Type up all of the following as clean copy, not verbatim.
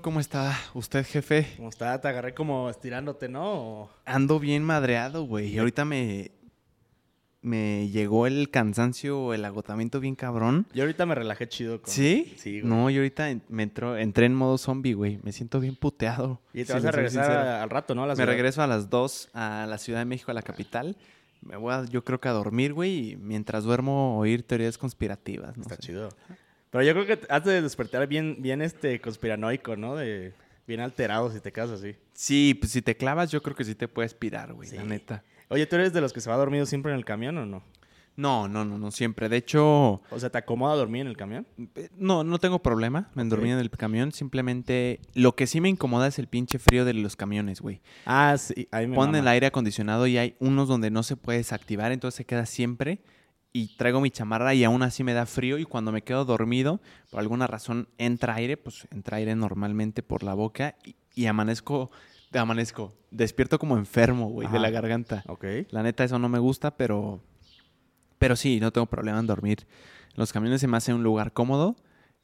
¿Cómo está usted, jefe? ¿Cómo está? Te agarré como estirándote, ¿no? Ando bien madreado, güey. Y ahorita me llegó el cansancio, el agotamiento bien cabrón. Yo ahorita me relajé chido con... ¿Sí? Sí, güey. No, yo ahorita entré en modo zombie, güey. Me siento bien puteado. Y te si vas le a soy regresar sincero. al rato, ¿no? A la Me ciudad. regreso a las 2 a la Ciudad de México, a la capital. Me voy yo creo que a dormir, güey. Y mientras duermo, oír teorías conspirativas. No Está sé. chido. Pero yo creo que has de despertar bien conspiranoico, ¿no? Bien alterado si te quedas así. Sí, pues si te clavas, yo creo que sí te puedes pirar, güey. Sí. La neta. Oye, ¿tú eres de los que se va dormido siempre en el camión o no? No, siempre. De hecho... O sea, ¿te acomoda dormir en el camión? No tengo problema en Ok. dormir en el camión. Simplemente lo que sí me incomoda es el pinche frío de los camiones, güey. Ah, sí. Ahí me Ponen el mama. aire acondicionado y hay unos donde no se puede desactivar, entonces se queda siempre. Y traigo mi chamarra y aún así me da frío. Y cuando me quedo dormido, por alguna razón entra aire, pues entra aire normalmente por la boca y amanezco, despierto como enfermo, güey, de Ajá. la garganta. Ok. La neta, eso no me gusta, pero sí, no tengo problema en dormir. Los camiones se me hace un lugar cómodo,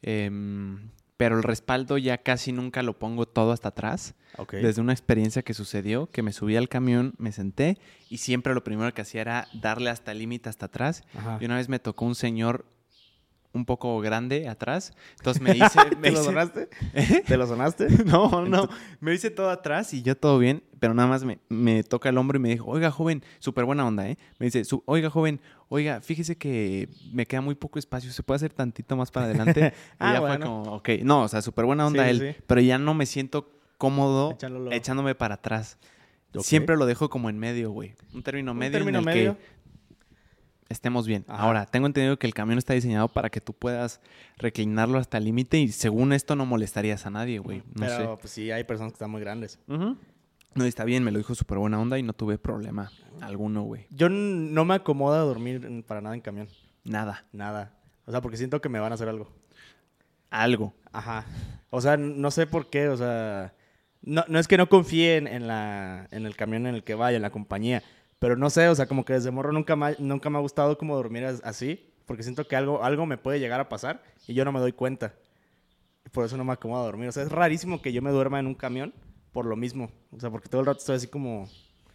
pero el respaldo ya casi nunca lo pongo todo hasta atrás. Ok. Desde una experiencia que sucedió, que me subí al camión, me senté y siempre lo primero que hacía era darle hasta el límite hasta atrás. Ajá. Y una vez me tocó un señor un poco grande atrás, entonces me hice... ¿Te lo sonaste? ¿Eh? ¿Te lo sonaste? No, me hice todo atrás y yo todo bien, pero nada más me toca el hombro y me dijo, oiga, joven, súper buena onda, ¿eh? Me dice, oiga, joven, oiga, fíjese que me queda muy poco espacio, ¿se puede hacer tantito más para adelante? Y ya fue bueno. como, ok, no, o sea, súper buena onda Sí, él, sí. pero ya no me siento cómodo Echándolo. echándome para atrás. Ok. Siempre lo dejo como en medio, güey. Un término medio término en el medio. que estemos bien. Ajá. Ahora, tengo entendido que el camión está diseñado para que tú puedas reclinarlo hasta el límite y según esto no molestarías a nadie, güey. No sé. Pero pues sí, hay personas que están muy grandes. Ujú. No, está bien, me lo dijo súper buena onda y no tuve problema alguno, güey. Yo no me acomoda dormir para nada en camión. Nada. Nada. O sea, porque siento que me van a hacer algo. Algo. Ajá. O sea, no sé por qué. O sea, no es que no confíe en el camión en el que vaya, en la compañía. Pero no sé, o sea, como que desde morro nunca me ha gustado como dormir así. Porque siento que algo me puede llegar a pasar y yo no me doy cuenta. Por eso no me acomodo a dormir. O sea, es rarísimo que yo me duerma en un camión por lo mismo. O sea, porque todo el rato estoy así como...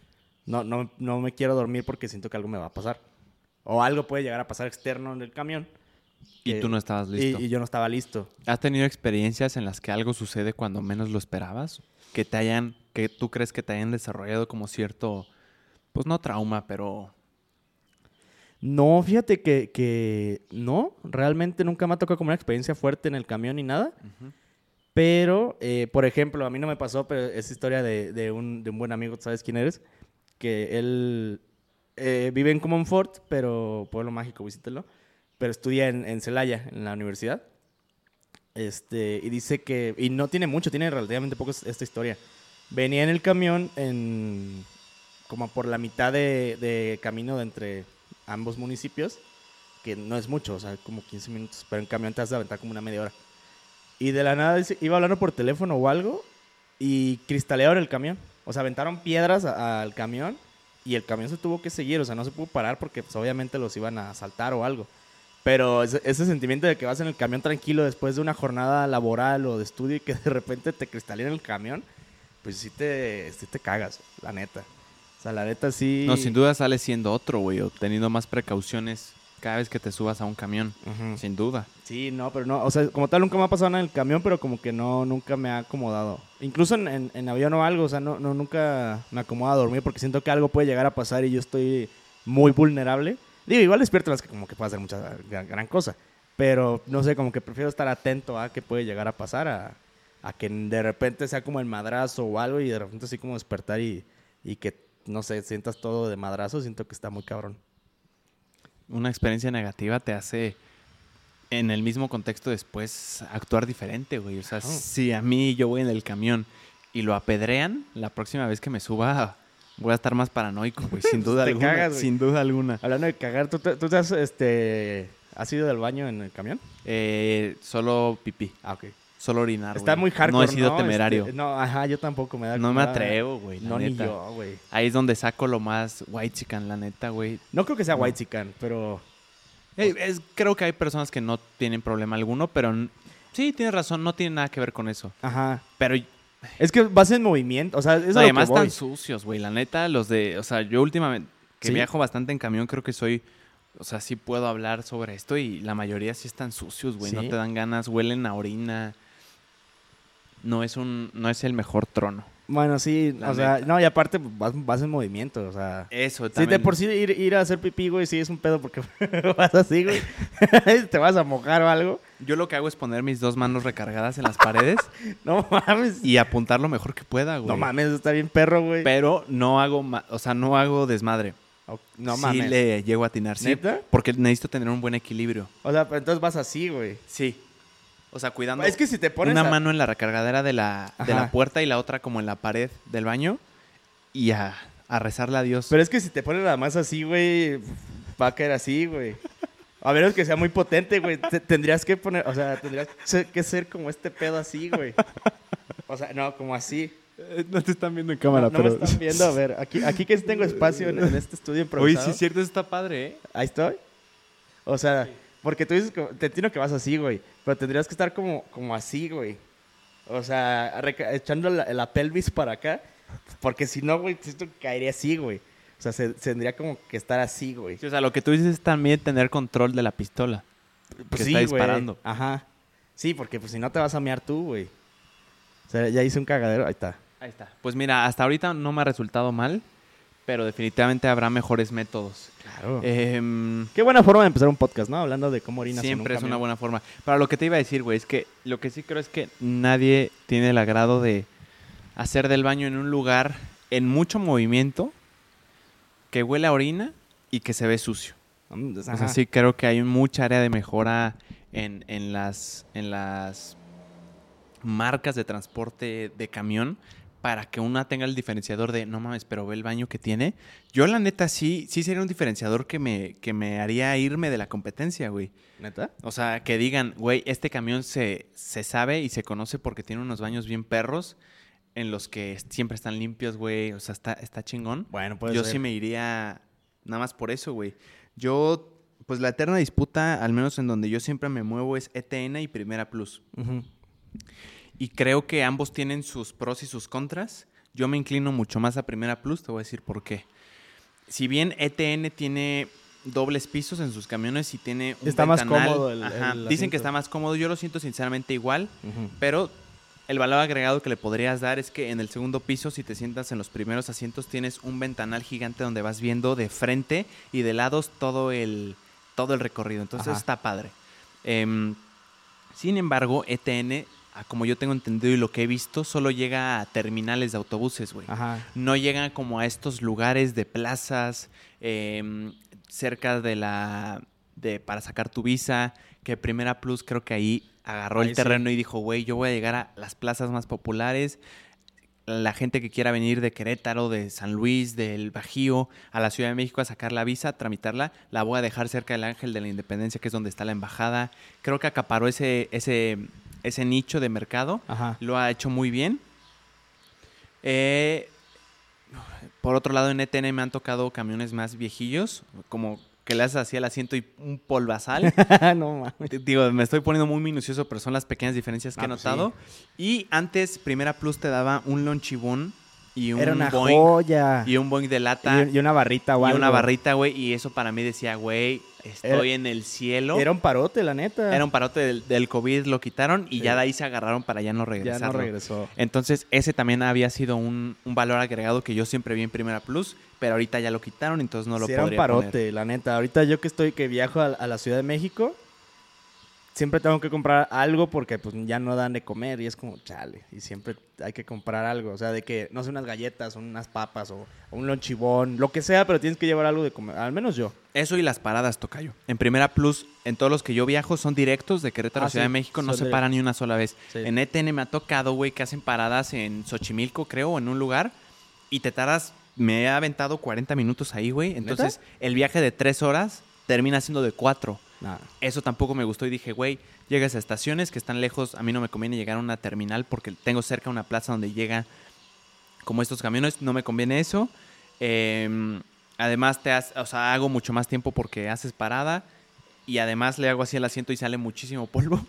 No me quiero dormir porque siento que algo me va a pasar. O algo puede llegar a pasar externo en el camión. Y tú no estabas listo. Y yo no estaba listo. ¿Has tenido experiencias en las que algo sucede cuando menos lo esperabas? Que tú crees que te hayan desarrollado como cierto, pues no trauma, pero... No, fíjate que no. Realmente nunca me ha tocado como una experiencia fuerte en el camión ni nada. Ujú. Pero, por ejemplo, a mí no me pasó, pero es historia de un buen amigo, ¿sabes quién eres? Que él vive en Comonfort, pero Pueblo Mágico, visítelo. Pero estudia en Celaya, en la universidad. Y dice que... Y no tiene mucho, tiene relativamente poco esta historia. Venía en el camión como por la mitad de camino de entre ambos municipios, que no es mucho, o sea, como 15 minutos, pero en camión te vas a aventar como una media hora. Y de la nada iba hablando por teléfono o algo y cristalearon el camión. O sea, aventaron piedras al camión y el camión se tuvo que seguir, o sea, no se pudo parar porque pues, obviamente los iban a asaltar o algo. Pero ese sentimiento de que vas en el camión tranquilo después de una jornada laboral o de estudio y que de repente te cristalean el camión, pues sí te cagas, la neta. O sea, la neta sí... No, sin duda sales siendo otro, güey, o teniendo más precauciones cada vez que te subas a un camión. Ujú. Sin duda. Sí, no, pero no, o sea, como tal nunca me ha pasado nada en el camión, pero como que nunca me ha acomodado. Incluso en avión o algo, o sea, nunca me acomoda a dormir porque siento que algo puede llegar a pasar y yo estoy muy vulnerable. Digo, igual despierto las que como que puede hacer mucha gran cosa, pero no sé, como que prefiero estar atento a qué puede llegar a pasar a que de repente sea como el madrazo o algo y de repente así como despertar y que, no sé, sientas todo de madrazo, siento que está muy cabrón. Una experiencia negativa te hace, en el mismo contexto después, actuar diferente, güey. O sea, si a mí yo voy en el camión y lo apedrean, la próxima vez que me suba voy a estar más paranoico, güey. Sin duda Te alguna. cagas, güey. Sin duda alguna. Hablando de cagar, ¿tú te has ido del baño en el camión? Solo pipí. Ah, ok. Solo orinar, Está güey. muy hardcore, No he sido temerario. No, ajá, yo tampoco me da... No me me da- atrevo, güey, la No, neta. ni yo, güey. Ahí es donde saco lo más whitechican, la neta, güey. No creo que sea No. whitezican, pero... Creo que hay personas que no tienen problema alguno, pero Sí, tienes razón, no tiene nada que ver con eso. Ajá. Pero Es que vas en movimiento, o sea, es a lo además que voy. están sucios, güey. La neta, o sea, yo últimamente que ¿Sí? viajo bastante en camión, creo que o sea, sí puedo hablar sobre esto y la mayoría sí están sucios, güey. No ¿Sí? te dan ganas, huelen a orina. No es el mejor trono. Bueno, sí, La o sea, neta. no, y aparte pues, vas en movimiento, o sea. Eso Sí, también. de por sí ir a hacer pipí, güey, sí es un pedo porque vas así, güey. Te vas a mojar o algo. Yo lo que hago es poner mis 2 manos recargadas en las paredes No mames. y apuntar lo mejor que pueda, güey. No mames, está bien perro, güey. Pero no hago, o sea, no hago desmadre. No Sí mames. le llego a atinar, sí. ¿Neta? Porque necesito tener un buen equilibrio. O sea, pero entonces vas así, güey. Sí. O sea, cuidando Es que si te pones una a- mano en la recargadera de la Ajá. puerta y la otra como en la pared del baño y a rezarle a Dios. Pero es que si te pones nada más así, güey, va a caer así, güey. A menos que sea muy potente, güey. Tendrías que poner, o sea, que ser como este pedo así, güey. O sea, no, como así. No te están viendo en No me están viendo, a ver. Aquí que tengo espacio en este estudio Oye, improvisado. sí es cierto, eso está padre, ¿eh? Ahí estoy. O sea, porque tú dices, te entiendo que vas así, güey. Pero tendrías que estar como así, güey. O sea, echando la pelvis para acá. Porque si no, güey, esto caería así, güey. O sea, se tendría como que estar así, güey. Sí, o sea, lo que tú dices es también tener control de la pistola. Pues que está disparando. güey. Ajá. Sí, porque pues si no te vas a mear tú, güey. O sea, ya hice un cagadero. Ahí está. Ahí está. Pues mira, hasta ahorita no me ha resultado mal, pero definitivamente habrá mejores métodos. Claro. Em, Qué buena forma de empezar un podcast, ¿no? Hablando de cómo orinas Siempre en es un una camión. buena forma. Para lo que te iba a decir, güey, es que lo que sí creo es que nadie tiene el agrado de hacer del baño en un lugar en mucho movimiento, que huele a orina y que se ve sucio. O sea, Ajá. sí creo que hay mucha área de mejora en las marcas de transporte de camión para que una tenga el diferenciador de, no mames, pero ve el baño que tiene. Yo la neta sí sería un diferenciador que me haría irme de la competencia, güey. ¿Neta? O sea, que digan, güey, este camión se sabe y se conoce porque tiene unos baños bien perros en los que siempre están limpios, güey. O sea, está chingón. Bueno, puede Yo ser. sí me iría nada más por eso, güey. Yo, pues la eterna disputa, al menos en donde yo siempre me muevo, es ETN y Primera Plus. Ujú. Y creo que ambos tienen sus pros y sus contras. Yo me inclino mucho más a Primera Plus, te voy a decir por qué. Si bien ETN tiene dobles pisos en sus camiones y tiene un Está más ventanal, cómodo el dicen asiento. que está más cómodo. Yo lo siento sinceramente igual, Ujú. pero el valor agregado que le podrías dar es que en el segundo piso, si te sientas en los primeros asientos, tienes un ventanal gigante donde vas viendo de frente y de lados todo el recorrido. Entonces Ajá. está padre. Sin embargo, ETN, como yo tengo entendido y lo que he visto, solo llega a terminales de autobuses, güey. Ajá. No llega como a estos lugares de plazas cerca para sacar tu visa, que Primera Plus creo que ahí agarró Ahí el sí. terreno y dijo, güey, yo voy a llegar a las plazas más populares. La gente que quiera venir de Querétaro, de San Luis, del Bajío, a la Ciudad de México a sacar la visa, tramitarla, la voy a dejar cerca del Ángel de la Independencia, que es donde está la embajada. Creo que acaparó ese nicho de mercado. Ajá. Lo ha hecho muy bien. Por otro lado, en ETN me han tocado camiones más viejillos, como que le haces así al asiento y un polvazal. No mames. Digo, me estoy poniendo muy minucioso, pero son las pequeñas diferencias que he pues notado. Y antes, Primera Plus te daba un lonchibón y un Era una Boeing. joya. Y un Boeing de lata. Y una barrita o Y algo. una barrita, güey. Y eso para mí decía, güey, estoy en el cielo. Era un parote, la neta. Era un parote del COVID, lo quitaron y Sí. ya de ahí se agarraron para ya no Ya regresar. no regresó. Entonces, ese también había sido un valor agregado que yo siempre vi en Primera Plus, pero ahorita ya lo quitaron, entonces no lo Sí, era un podría parote, poner. la neta. Ahorita yo que viajo a la Ciudad de México, siempre tengo que comprar algo porque pues ya no dan de comer y es como, chale, y siempre hay que comprar algo. O sea, de que, no sé, unas galletas, unas papas o un lonchibón, lo que sea, pero tienes que llevar algo de comer, al menos yo. Eso y las paradas, tocayo. En Primera Plus, en todos los que yo viajo son directos de Querétaro a Ah, Ciudad sí, de México, no son se de- paran ni una sola vez. Sí. En ETN me ha tocado, güey, que hacen paradas en Xochimilco, creo, o en un lugar, y te tardas, me he aventado 40 minutos ahí, güey. Entonces, el viaje de 3 horas termina siendo de 4. Nada. Eso tampoco me gustó y dije, güey, llegas a estaciones que están lejos, a mí no me conviene llegar a una terminal porque tengo cerca una plaza donde llega como estos camiones, no me conviene eso. Además, hago mucho más tiempo porque haces parada y además le hago así el asiento y sale muchísimo polvo,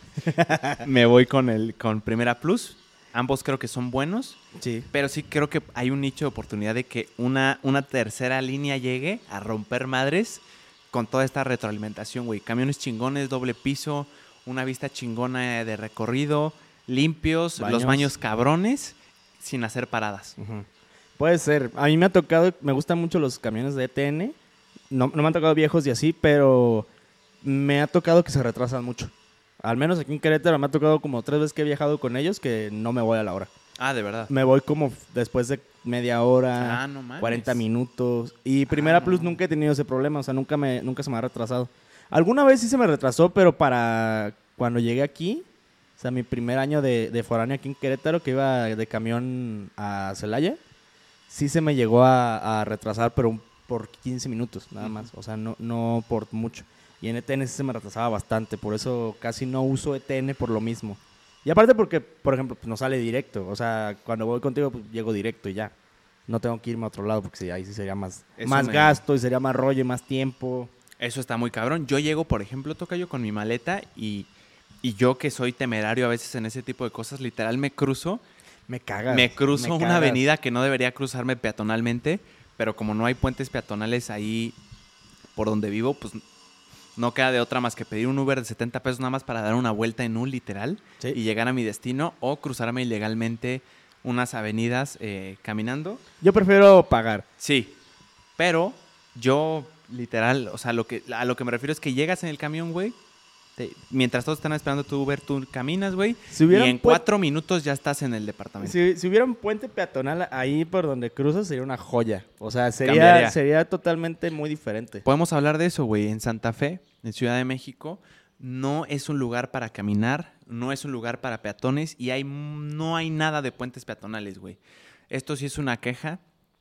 me voy con Primera Plus. Ambos creo que son buenos, Sí. pero sí creo que hay un nicho de oportunidad de que una tercera línea llegue a romper madres con toda esta retroalimentación, güey. Camiones chingones, doble piso, una vista chingona de recorrido, limpios, los baños cabrones, sin hacer paradas. Uh-huh. Puede ser. A mí me ha tocado, me gustan mucho los camiones de ETN. No me han tocado viejos y así, pero me ha tocado que se retrasan mucho. Al menos aquí en Querétaro me ha tocado como 3 veces que he viajado con ellos que no me voy a la hora. Ah, ¿de verdad? Me voy como después de media hora, no mames. 40 minutos. Y Primera Plus nunca he tenido ese problema, o sea, nunca se me ha retrasado. Alguna vez sí se me retrasó, pero para cuando llegué aquí, o sea, mi primer año de foráneo aquí en Querétaro, que iba de camión a Celaya, sí se me llegó a retrasar, pero por 15 minutos nada más, o sea, no por mucho. Y en ETN sí se me retrasaba bastante, por eso casi no uso ETN por lo mismo. Y aparte porque, por ejemplo, pues no sale directo. O sea, cuando voy contigo, pues llego directo y ya. No tengo que irme a otro lado porque sí, ahí sí sería más gasto y sería más rollo y más tiempo. Eso está muy cabrón. Yo llego, por ejemplo, tocayo con mi maleta y yo que soy temerario a veces en ese tipo de cosas, literal me cruzo. Me cagas. Me cruzo una avenida que no debería cruzarme peatonalmente, pero como no hay puentes peatonales ahí por donde vivo, pues no queda de otra más que pedir un Uber de 70 pesos nada más para dar una vuelta en un literal y llegar a mi destino o cruzarme ilegalmente unas avenidas caminando. Yo prefiero pagar. Sí, pero yo literal, o sea, a lo que me refiero es que llegas en el camión, güey, mientras todos están esperando tu Uber, tú caminas, güey, y en 4 minutos ya estás en el departamento. Si hubiera un puente peatonal ahí por donde cruzas, sería una joya. O sea, sería totalmente muy diferente. Podemos hablar de eso, güey. En Santa Fe, en Ciudad de México, no es un lugar para caminar, no es un lugar para peatones y no hay nada de puentes peatonales, güey. Esto sí es una queja.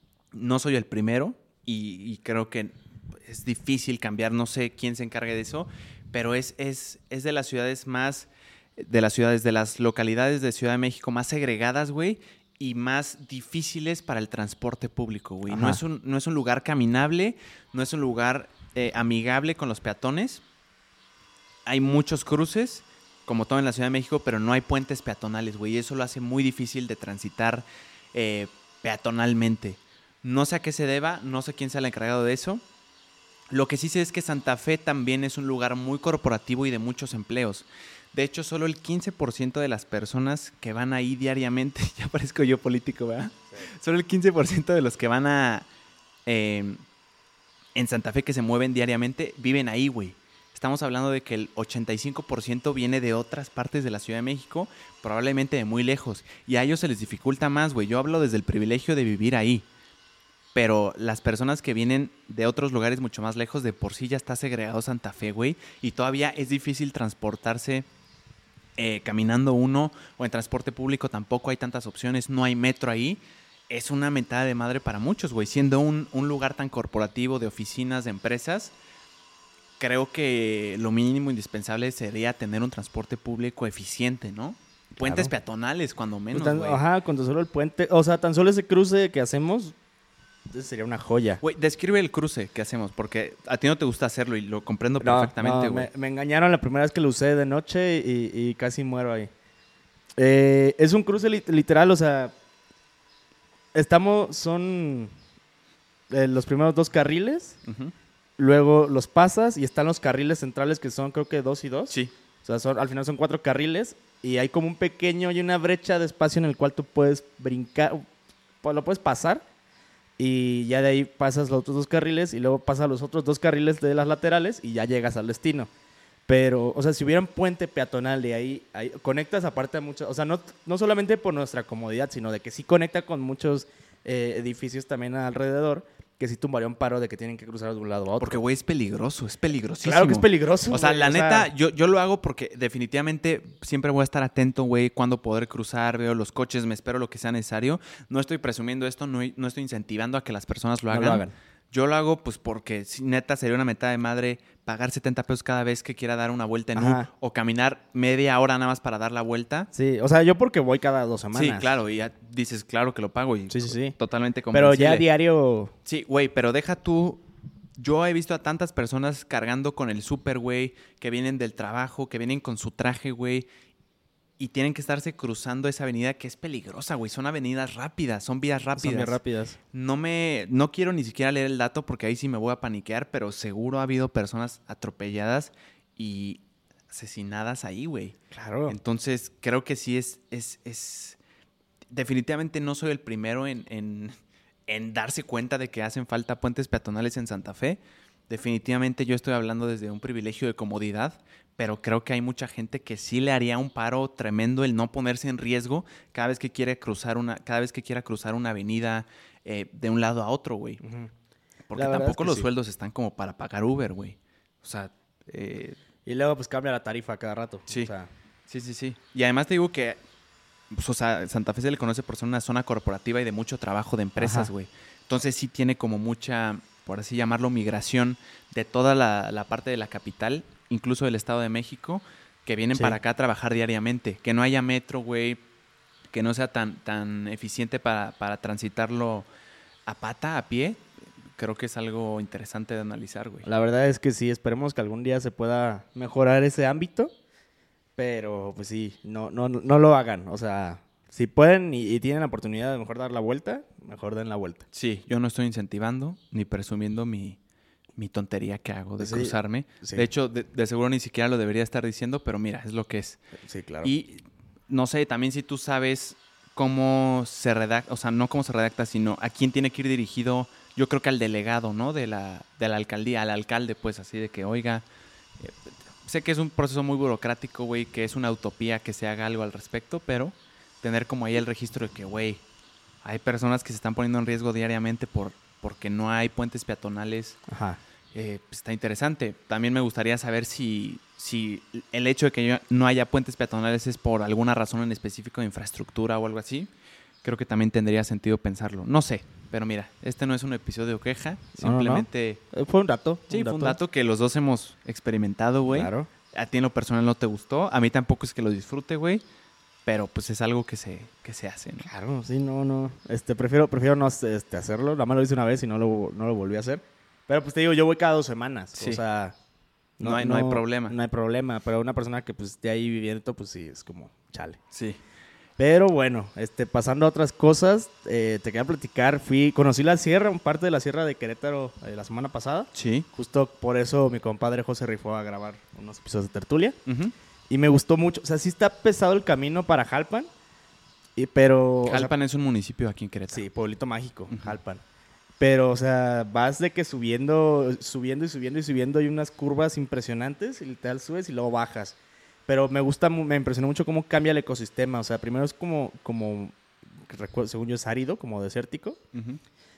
No soy el primero y creo que es difícil cambiar. No sé quién se encargue de eso, pero es de las ciudades de las localidades de Ciudad de México más segregadas, güey, y más difíciles para el transporte público, güey. No es un lugar caminable, no es un lugar amigable con los peatones. Hay muchos cruces, como todo en la Ciudad de México, pero no hay puentes peatonales, güey, y eso lo hace muy difícil de transitar peatonalmente. No sé a qué se deba, no sé quién sea el encargado de eso. Lo que sí sé es que Santa Fe también es un lugar muy corporativo y de muchos empleos. De hecho, solo el 15% de las personas que van ahí diariamente, ya parezco yo político, ¿verdad? Sí. Solo el 15% de los que van en Santa Fe que se mueven diariamente viven ahí, güey. Estamos hablando de que el 85% viene de otras partes de la Ciudad de México, probablemente de muy lejos. Y a ellos se les dificulta más, güey. Yo hablo desde el privilegio de vivir ahí. Pero las personas que vienen de otros lugares mucho más lejos, de por sí ya está segregado Santa Fe, güey. Y todavía es difícil transportarse caminando uno o en transporte público tampoco hay tantas opciones. No hay metro ahí. Es una mentada de madre para muchos, güey. Siendo un lugar tan corporativo de oficinas, de empresas, creo que lo mínimo indispensable sería tener un transporte público eficiente, ¿no? Puentes peatonales, cuando menos, güey. Con tan solo el puente. O sea, tan solo ese cruce que hacemos... Entonces sería una joya. Güey, describe el cruce que hacemos, porque a ti no te gusta hacerlo y lo comprendo perfectamente, güey. Me engañaron la primera vez que lo usé de noche y casi muero ahí. Es un cruce literal, o sea, son los primeros 2 carriles, luego los pasas y están los carriles centrales que son creo que 2 y 2. Sí. O sea, al final son 4 carriles y hay como y una brecha de espacio en el cual tú puedes brincar, lo puedes pasar. Y ya de ahí pasas los otros 2 carriles y luego pasas los otros 2 carriles de las laterales y ya llegas al destino. Pero, o sea, si hubiera un puente peatonal de ahí conectas aparte a muchos... O sea, no solamente por nuestra comodidad, sino de que sí conecta con muchos edificios también alrededor, que sí tumbaría un paro de que tienen que cruzar de un lado a otro. Porque, güey, es peligroso, es peligrosísimo. Claro que es peligroso. O sea, la neta, yo lo hago porque definitivamente siempre voy a estar atento, güey, cuándo poder cruzar, veo los coches, me espero lo que sea necesario. No estoy presumiendo esto, no estoy incentivando a que las personas lo hagan. Yo lo hago pues porque neta sería una mentada de madre pagar 70 pesos cada vez que quiera dar una vuelta en U o caminar media hora nada más para dar la vuelta. Sí, o sea, yo porque voy cada 2 semanas. Sí, claro, y ya dices, claro que lo pago y sí. totalmente comprensible. Pero ya a diario... Sí, güey, pero deja tú yo he visto a tantas personas cargando con el súper, güey, que vienen del trabajo, que vienen con su traje, güey, y tienen que estarse cruzando esa avenida que es peligrosa, güey. Son avenidas rápidas, son vías rápidas. Son bien rápidas. No quiero ni siquiera leer el dato porque ahí sí me voy a paniquear, pero seguro ha habido personas atropelladas y asesinadas ahí, güey. Claro. Entonces, creo que sí es... Definitivamente no soy el primero en darse cuenta de que hacen falta puentes peatonales en Santa Fe. Definitivamente yo estoy hablando desde un privilegio de comodidad, pero creo que hay mucha gente que sí le haría un paro tremendo el no ponerse en riesgo cada vez que quiera cruzar una avenida de un lado a otro, güey. Ujú. Porque La verdad tampoco es que los sí. sueldos están como para pagar Uber, güey. O sea, Y luego pues cambia la tarifa cada rato. Sí. O sea, sí. Y además te digo que, pues, o sea, Santa Fe se le conoce por ser una zona corporativa y de mucho trabajo de empresas, Ajá. güey. Entonces sí tiene como mucha, por así llamarlo, migración de toda la parte de la capital, incluso del Estado de México, que vienen Sí. para acá a trabajar diariamente. Que no haya metro, güey, que no sea tan eficiente para transitarlo a pata, a pie. Creo que es algo interesante de analizar, güey. la verdad es que sí, esperemos que algún día se pueda mejorar ese ámbito. Pero pues sí, no lo hagan. O sea, si pueden y tienen la oportunidad de mejor dar la vuelta, mejor den la vuelta. Sí, yo no estoy incentivando ni presumiendo mi tontería que hago de Sí, cruzarme. sí. De hecho, de seguro ni siquiera lo debería estar diciendo, pero mira, es lo que es. Sí, claro. Y no sé, también si tú sabes cómo se redacta, o sea, no cómo se redacta, sino a quién tiene que ir dirigido, yo creo que al delegado, ¿no? De la alcaldía, al alcalde, pues así de que, oiga, eh, sé que es un proceso muy burocrático, güey, que es una utopía que se haga algo al respecto, pero tener como ahí el registro de que, güey, hay personas que se están poniendo en riesgo diariamente porque no hay puentes peatonales. Ajá. Pues está interesante. También me gustaría saber si el hecho de que no haya puentes peatonales es por alguna razón en específico de infraestructura o algo así. Creo que también tendría sentido pensarlo. No sé, pero mira, este no es un episodio queja. No. Simplemente... Fue un dato. Sí, fue un dato que los dos hemos experimentado, güey. Claro. A ti en lo personal no te gustó. A mí tampoco es que lo disfrute, güey. Pero pues es algo que se hace, ¿no? Claro, sí, no. Prefiero no hacerlo. Nada más lo hice una vez y no lo volví a hacer. Pero pues te digo, yo voy cada 2 semanas. Sí. O sea, No hay problema. No hay problema. Pero una persona que pues esté ahí viviendo, pues sí, es como chale. Sí. Pero bueno, pasando a otras cosas, te quería platicar. Conocí la sierra, un parte de la sierra de Querétaro la semana pasada. Sí. Justo por eso mi compadre José rifó a grabar unos episodios de tertulia. Ujú. Y me gustó mucho. O sea, sí está pesado el camino para Jalpan. Pero... Jalpan es un municipio aquí en Querétaro. Sí, pueblito mágico, Ujú. Jalpan. Pero, o sea, vas de que subiendo hay unas curvas impresionantes y literal subes y luego bajas. Pero me impresionó mucho cómo cambia el ecosistema. O sea, primero es como según yo es árido, como desértico. Ujú.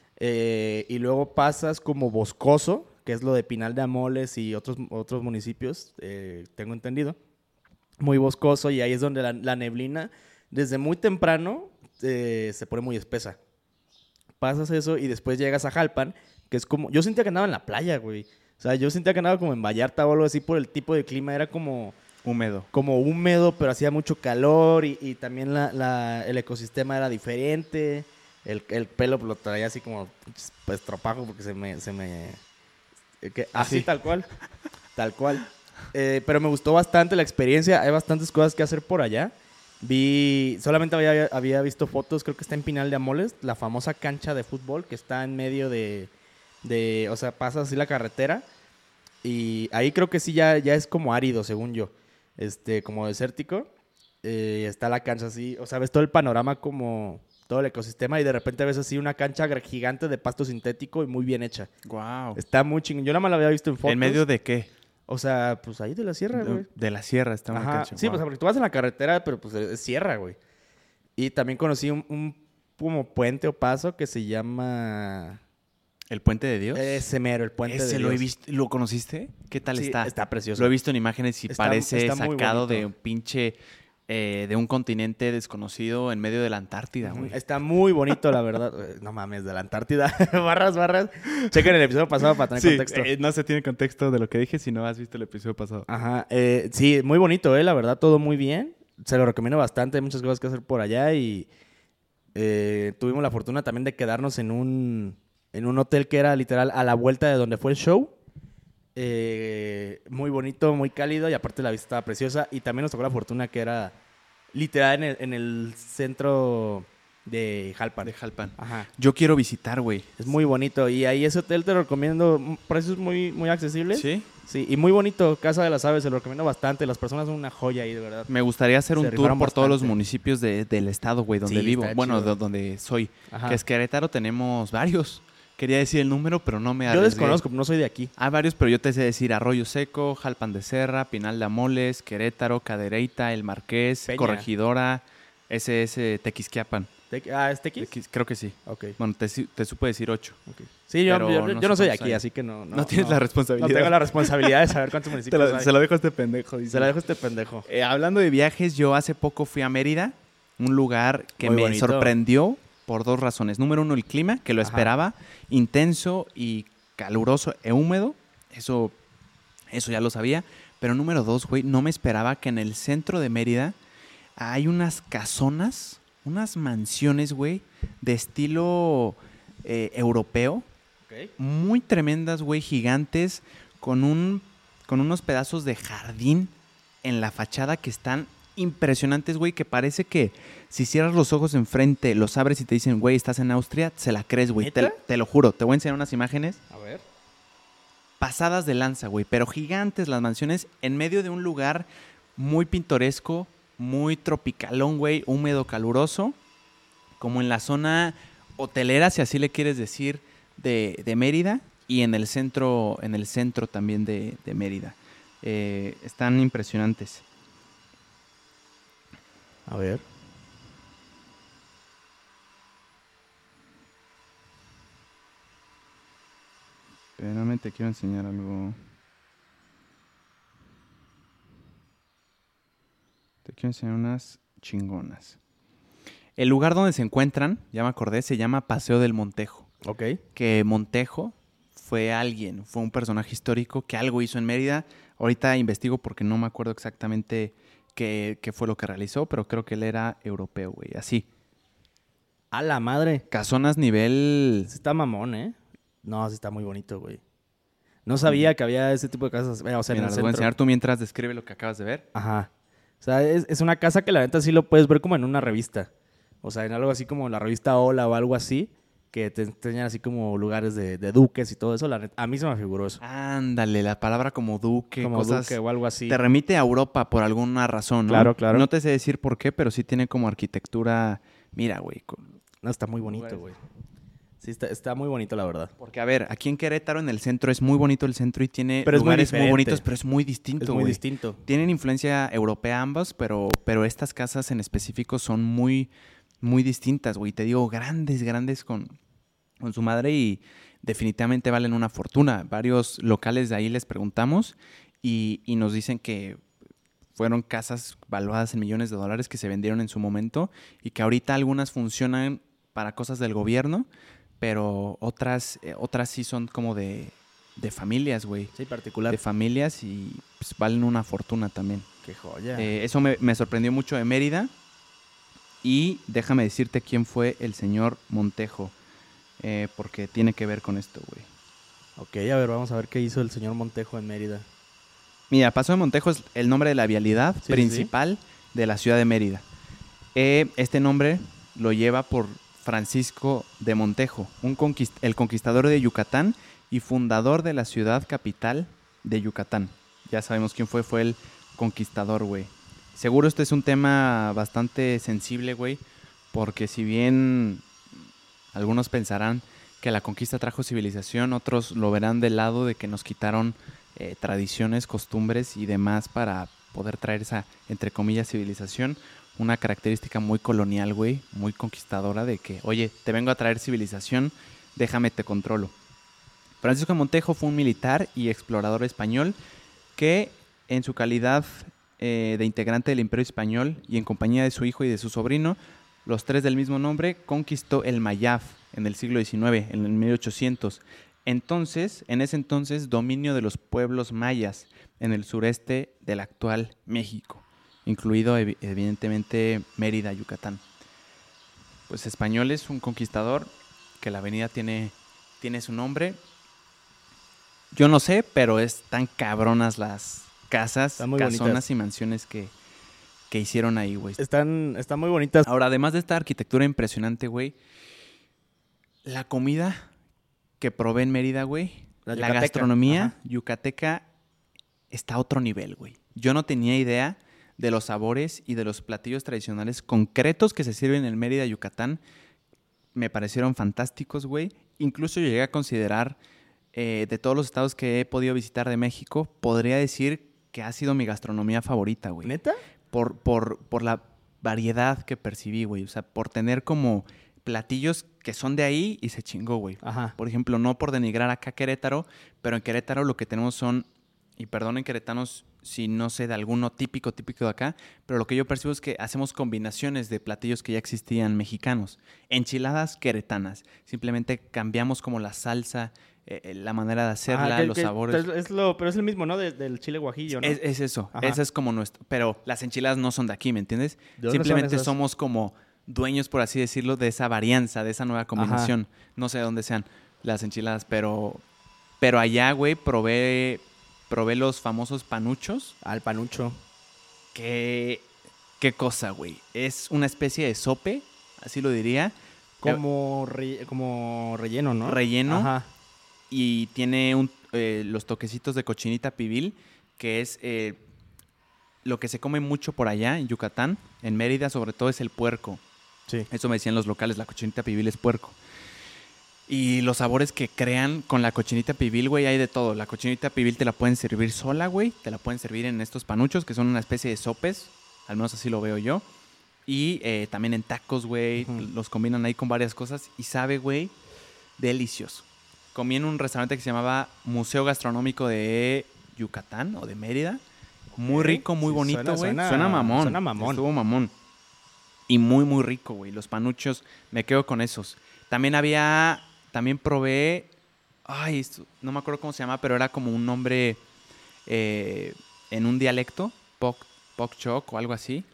Y luego pasas como boscoso, que es lo de Pinal de Amoles y otros municipios, tengo entendido. Muy boscoso y ahí es donde la neblina, desde muy temprano, se pone muy espesa. Pasas eso y después llegas a Jalpan, que es como... Yo sentía que andaba en la playa, güey. O sea, yo sentía que andaba como en Vallarta o algo así por el tipo de clima. Era como húmedo, pero hacía mucho calor y también el ecosistema era diferente. El pelo lo traía así como pues tropajo porque así Sí. tal cual. Tal cual. Pero me gustó bastante la experiencia. Hay bastantes cosas que hacer por allá. Solamente había visto fotos, creo que está en Pinal de Amoles, la famosa cancha de fútbol que está en medio o sea, pasas así la carretera y ahí creo que sí ya es como árido, según yo, como desértico. Está la cancha así, o sea, ves todo el panorama como todo el ecosistema y de repente ves así una cancha gigante de pasto sintético y muy bien hecha. Wow. Está muy chingón. Yo nada más la había visto en fotos. ¿En medio de qué? O sea, pues ahí de la sierra, güey. De la sierra está una Ajá. cancha. Sí, wow. pues porque tú vas en la carretera, pero pues es sierra, güey. Y también conocí un como puente o paso que se llama... ¿El Puente de Dios? Ese mero, el puente de Ese Dios. lo he visto. ¿Lo conociste? ¿Qué tal Sí, está? está precioso. Lo he visto en imágenes y Está parece muy sacado bonito. de un pinche... de un continente desconocido en medio de la Antártida, güey. Está muy bonito, la verdad. No mames, de la Antártida. barras. Chequen el episodio pasado para tener contexto. No se tiene contexto de lo que dije si no has visto el episodio pasado. Ajá. Sí, muy bonito, la verdad, todo muy bien. Se lo recomiendo bastante. Hay muchas cosas que hacer por allá y tuvimos la fortuna también de quedarnos en un en un hotel que era literal a la vuelta de donde fue el show. Muy bonito, muy cálido y aparte la vista estaba preciosa. Y también nos tocó la fortuna que era literal en el centro de Jalpan. De Jalpan. Ajá. Yo quiero visitar, güey. Es muy bonito. Y ahí ese hotel te lo recomiendo. Precios muy, muy accesibles. ¿Sí? Sí, y muy bonito. Casa de las Aves, se lo recomiendo bastante. Las personas son una joya ahí, de verdad. Me gustaría hacer un Se tour rifaron por todos los bastante. municipios del estado, güey, donde Sí, vivo. está Bueno, chido. donde soy. Ajá. Que es Querétaro, tenemos varios. Quería decir el número, pero no me Yo arriesgué. desconozco, no soy de aquí. Hay varios, pero yo te sé decir Arroyo Seco, Jalpan de Serra, Pinal de Amoles, Querétaro, Cadereyta, El Marqués, Peña. Corregidora, SS Tequisquiapan. ¿Es Tequis? Creo que sí. Ok. Bueno, te supe decir 8. Ok. Sí, yo Pero no no soy sé de cuántos aquí, hay. así que no. No tienes la responsabilidad. No tengo la responsabilidad de saber cuántos municipios hay. Se lo dejo a este pendejo. Dice. Se la dejo a este pendejo. Hablando de viajes, yo hace poco fui a Mérida, un lugar que Muy me bonito. sorprendió por 2 razones. Número 1, el clima, que lo Ajá. esperaba, intenso y caluroso e húmedo. Eso ya lo sabía. Pero número 2, güey, no me esperaba que en el centro de Mérida hay unas casonas, unas mansiones, güey, de estilo europeo. Ok. Muy tremendas, güey, gigantes, con unos pedazos de jardín en la fachada que están impresionantes, güey, que parece que si cierras los ojos enfrente, los abres y te dicen, güey, estás en Austria, se la crees, güey. ¿Neta? Te lo juro, te voy a enseñar unas imágenes A ver. pasadas de lanza, güey, pero gigantes las mansiones en medio de un lugar muy pintoresco, muy tropicalón, güey, húmedo, caluroso, como en la zona hotelera, si así le quieres decir, de Mérida y en el centro también de Mérida. Están impresionantes. A ver. Espérame, te quiero enseñar algo. Te quiero enseñar unas chingonas. El lugar donde se encuentran, ya me acordé, se llama Paseo del Montejo. Ok. Que Montejo fue un personaje histórico que algo hizo en Mérida. Ahorita investigo porque no me acuerdo exactamente qué fue lo que realizó, pero creo que él era europeo, güey. Así. A la madre. Casonas nivel... Sí está mamón, ¿eh? No, sí está muy bonito, güey. No sabía que había ese tipo de casas. O sea, Mira, en el las voy a centro. enseñar tú mientras describe lo que acabas de ver. Ajá. O sea, es una casa que la neta sí lo puedes ver como en una revista. O sea, en algo así como la revista Hola o algo así, que te enseñan así como lugares de duques y todo eso. La neta, a mí se me figuró eso. Ándale, la palabra como duque, Como cosas... duque o algo así. Te remite a Europa por alguna razón, ¿no? Claro, claro. No te sé decir por qué, pero sí tiene como arquitectura... Mira, güey. No, está muy bonito, güey. Sí, está muy bonito, la verdad. Porque, a ver, aquí en Querétaro, en el centro, es muy bonito el centro y tiene Pero es muy lugares muy diferente. bonitos, pero es muy distinto, Es muy güey. distinto. Tienen influencia europea ambas, pero estas casas en específico son muy, muy distintas, güey. Te digo, grandes con su madre y definitivamente valen una fortuna. Varios locales de ahí les preguntamos y nos dicen que fueron casas valuadas en millones de dólares que se vendieron en su momento y que ahorita algunas funcionan para cosas del gobierno, pero otras sí son como de familias, güey. Sí, particular. De familias y pues, valen una fortuna también. Qué joya. Eso me sorprendió mucho de Mérida. Y déjame decirte quién fue el señor Montejo, porque tiene que ver con esto, güey. Ok, a ver, vamos a ver qué hizo el señor Montejo en Mérida. Mira, Paso de Montejo es el nombre de la vialidad Sí, principal de la ciudad de Mérida. Este nombre lo lleva por Francisco de Montejo, el conquistador de Yucatán y fundador de la ciudad capital de Yucatán. Ya sabemos quién fue el conquistador, güey. Seguro este es un tema bastante sensible, güey, porque si bien algunos pensarán que la conquista trajo civilización, otros lo verán del lado de que nos quitaron tradiciones, costumbres y demás para poder traer esa, entre comillas, civilización. Una característica muy colonial, güey, muy conquistadora de que, oye, te vengo a traer civilización, déjame te controlo. Francisco de Montejo fue un militar y explorador español que en su calidad de integrante del Imperio Español y en compañía de su hijo y de su sobrino, los tres del mismo nombre, conquistó el Mayaf en el siglo XIX, en el 1800. En ese entonces, dominio de los pueblos mayas en el sureste del actual México, incluido evidentemente Mérida, Yucatán. Pues español es un conquistador que la avenida tiene tiene su nombre. Yo no sé, pero están cabronas las casas, Están muy casonas bonitas. y mansiones que hicieron ahí, güey. Están muy bonitas. Ahora, además de esta arquitectura impresionante, güey, la comida que probé en Mérida, güey, la yucateca. gastronomía Ajá. yucateca está a otro nivel, güey. Yo no tenía idea de los sabores y de los platillos tradicionales concretos que se sirven en Mérida, Yucatán. Me parecieron fantásticos, güey. Incluso yo llegué a considerar, de todos los estados que he podido visitar de México, podría decir que ha sido mi gastronomía favorita, güey. ¿Neta? Por la variedad que percibí, güey. O sea, por tener como platillos que son de ahí y se chingó, güey. Ajá. Por ejemplo, no por denigrar acá Querétaro, pero en Querétaro lo que tenemos son, y perdonen queretanos si no sé de alguno típico de acá, pero lo que yo percibo es que hacemos combinaciones de platillos que ya existían mexicanos. Enchiladas queretanas. Simplemente cambiamos como la salsa, la manera de hacerla, los sabores. Pero es el mismo, ¿no? Del chile guajillo, ¿no? Es eso, Ajá. ese es como nuestro. Pero las enchiladas no son de aquí, ¿me entiendes? ¿De dónde son Simplemente esas? somos como dueños, por así decirlo, de esa varianza, de esa nueva combinación. No sé de dónde sean las enchiladas, pero allá, güey, probé los famosos panuchos. Al panucho. ¿Qué cosa, güey? Es una especie de sope, así lo diría. Como relleno, ¿no? Relleno. Ajá. Y tiene los toquecitos de cochinita pibil, que es lo que se come mucho por allá en Yucatán, en Mérida sobre todo, es el puerco. Sí. Eso me decían los locales, la cochinita pibil es puerco. Y los sabores que crean con la cochinita pibil, güey, hay de todo. La cochinita pibil te la pueden servir sola, güey. Te la pueden servir en estos panuchos, que son una especie de sopes. Al menos así lo veo yo. Y también en tacos, güey. Ujú. Los combinan ahí con varias cosas. Y sabe, güey, delicioso. Comí en un restaurante que se llamaba Museo Gastronómico de Yucatán o de Mérida. Muy Ok. rico, muy Sí, bonito, güey. suena mamón. suena mamón. Estuvo mamón. Y muy, muy rico, güey. Los panuchos, me quedo con esos. También probé... Ay, no me acuerdo cómo se llama, pero era como un nombre en un dialecto. Pok chok o algo así.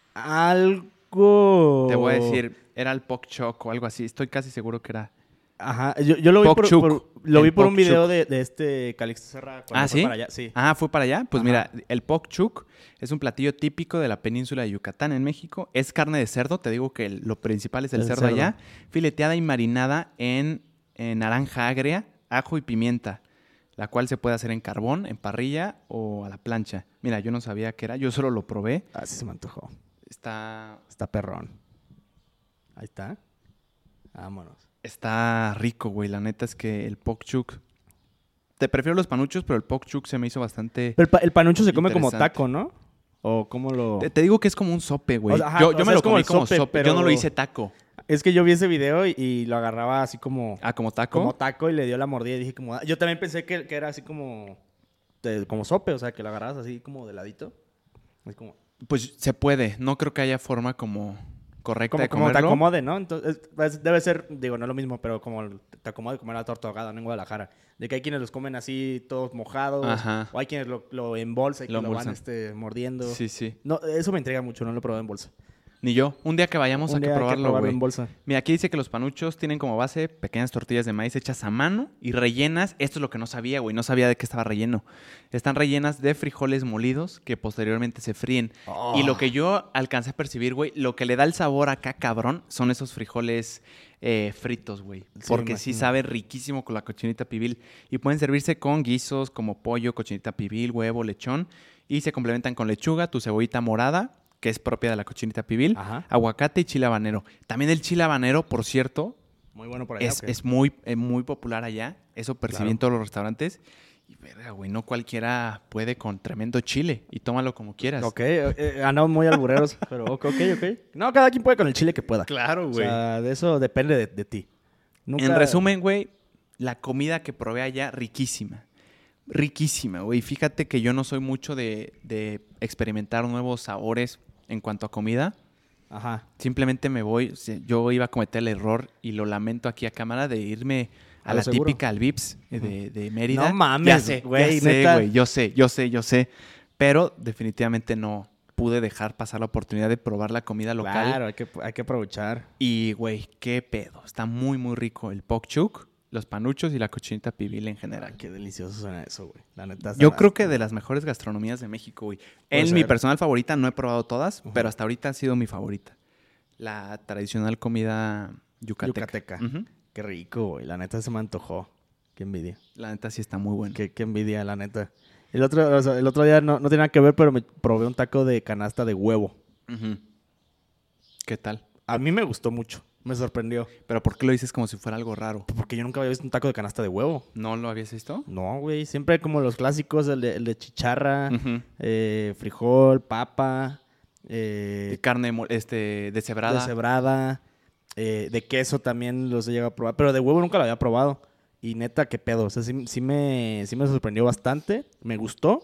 Algo... Te voy a decir, era el pok chok o algo así. Estoy casi seguro que era... Ajá. Yo lo vi Pok chuk. lo vi El por un pok video chuk. de este Calixto Serra cuando ¿Ah, fue sí? para allá. Sí. Ah, ¿fue para allá? Pues Ajá. mira, el pok chuk es un platillo típico de la península de Yucatán en México. Es carne de cerdo, te digo que lo principal es el cerdo allá. Fileteada y marinada en naranja agria, ajo y pimienta, la cual se puede hacer en carbón, en parrilla o a la plancha. Mira, yo no sabía qué era, yo solo lo probé. Así se me antojó. Está perrón. Ahí está. Vámonos. Está rico, güey. La neta es que el pok chuk... Te prefiero los panuchos, pero el pok chuk se me hizo bastante... Pero el panucho se come como Interesante. taco, ¿no? ¿O cómo lo...? Te digo que es como un sope, güey. O sea, ajá, Yo o sea, me lo es como comí el como sope, sope, pero- yo no lo hice taco. Es que yo vi ese video y lo agarraba así como... Ah, ¿como taco? Como taco y le dio la mordida y dije como... ah, yo también pensé que era así como... como sope, o sea, que lo agarrabas así como de ladito. Es como... Pues se puede. No creo que haya forma como correcta de Como te comerlo. acomode, ¿no? Entonces, debe ser, digo, no es lo mismo, pero como te acomode comer la torta ahogada, ¿no? En Guadalajara. De que hay quienes los comen así, todos mojados. Ajá. O hay quienes lo embolsan y que Lo lo van embolsan. mordiendo. Sí, sí. No, eso me intriga mucho, no lo he probado en bolsa. Ni yo. Un día que vayamos Un hay día que hay probarlo, güey. en bolsa. Mira, aquí dice que los panuchos tienen como base pequeñas tortillas de maíz hechas a mano y rellenas. Esto es lo que no sabía, güey. No sabía de qué estaba relleno. Están rellenas de frijoles molidos que posteriormente se fríen. Y lo que yo alcancé a percibir, güey, lo que le da el sabor acá, cabrón, son esos frijoles fritos, güey. Sí, Porque me sí imagino. sabe riquísimo con la cochinita pibil. Y pueden servirse con guisos como pollo, cochinita pibil, huevo, lechón. Y se complementan con lechuga, tu cebollita morada, que es propia de la cochinita pibil, Ajá. aguacate y chile habanero. También el chile habanero, por cierto, Muy bueno por allá. ¿o qué? es muy popular allá. Eso percibí Claro. en todos los restaurantes. Y verga, güey, no cualquiera puede con tremendo chile. Y tómalo como quieras. Ok, andamos muy albureros, pero ok. No, cada quien puede con el chile que pueda. Claro, O güey. sea, de eso depende de ti. En resumen, güey, la comida que probé allá, riquísima. Riquísima, güey. Fíjate que yo no soy mucho de experimentar nuevos sabores en cuanto a comida. Ajá. Simplemente me voy. Yo iba a cometer el error y lo lamento aquí a cámara de irme a A lo la seguro. típica al Vips de Mérida. No mames, Ya sé, güey, güey. neta. Yo sé. Pero definitivamente no pude dejar pasar la oportunidad de probar la comida local. Claro, hay que aprovechar. Y, güey, qué pedo. Está muy, muy rico el pok chuk. los panuchos y la cochinita pibil en general. Qué delicioso suena eso, güey. La neta. Yo creo que de las mejores gastronomías de México, güey. Puede Mi ser. personal favorita, no he probado todas, Ujú. pero hasta ahorita ha sido mi favorita. La tradicional comida yucateca. Yucateca. Ujú. Qué rico, güey. La neta se me antojó. Qué envidia. La neta sí está muy buena. Qué envidia, la neta. El otro día no tiene nada que ver, pero me probé un taco de canasta de huevo. Ujú. ¿Qué tal? A mí me gustó mucho. Me sorprendió. ¿Pero por qué lo dices como si fuera algo raro? Porque yo nunca había visto un taco de canasta de huevo. ¿No lo habías visto? No, güey. Siempre como los clásicos, el de chicharra, Ujú. frijol, papa, Y carne deshebrada. deshebrada, de queso también los he llegado a probar. Pero de huevo nunca lo había probado. Y neta, qué pedo. O sea, sí me sorprendió bastante. Me gustó.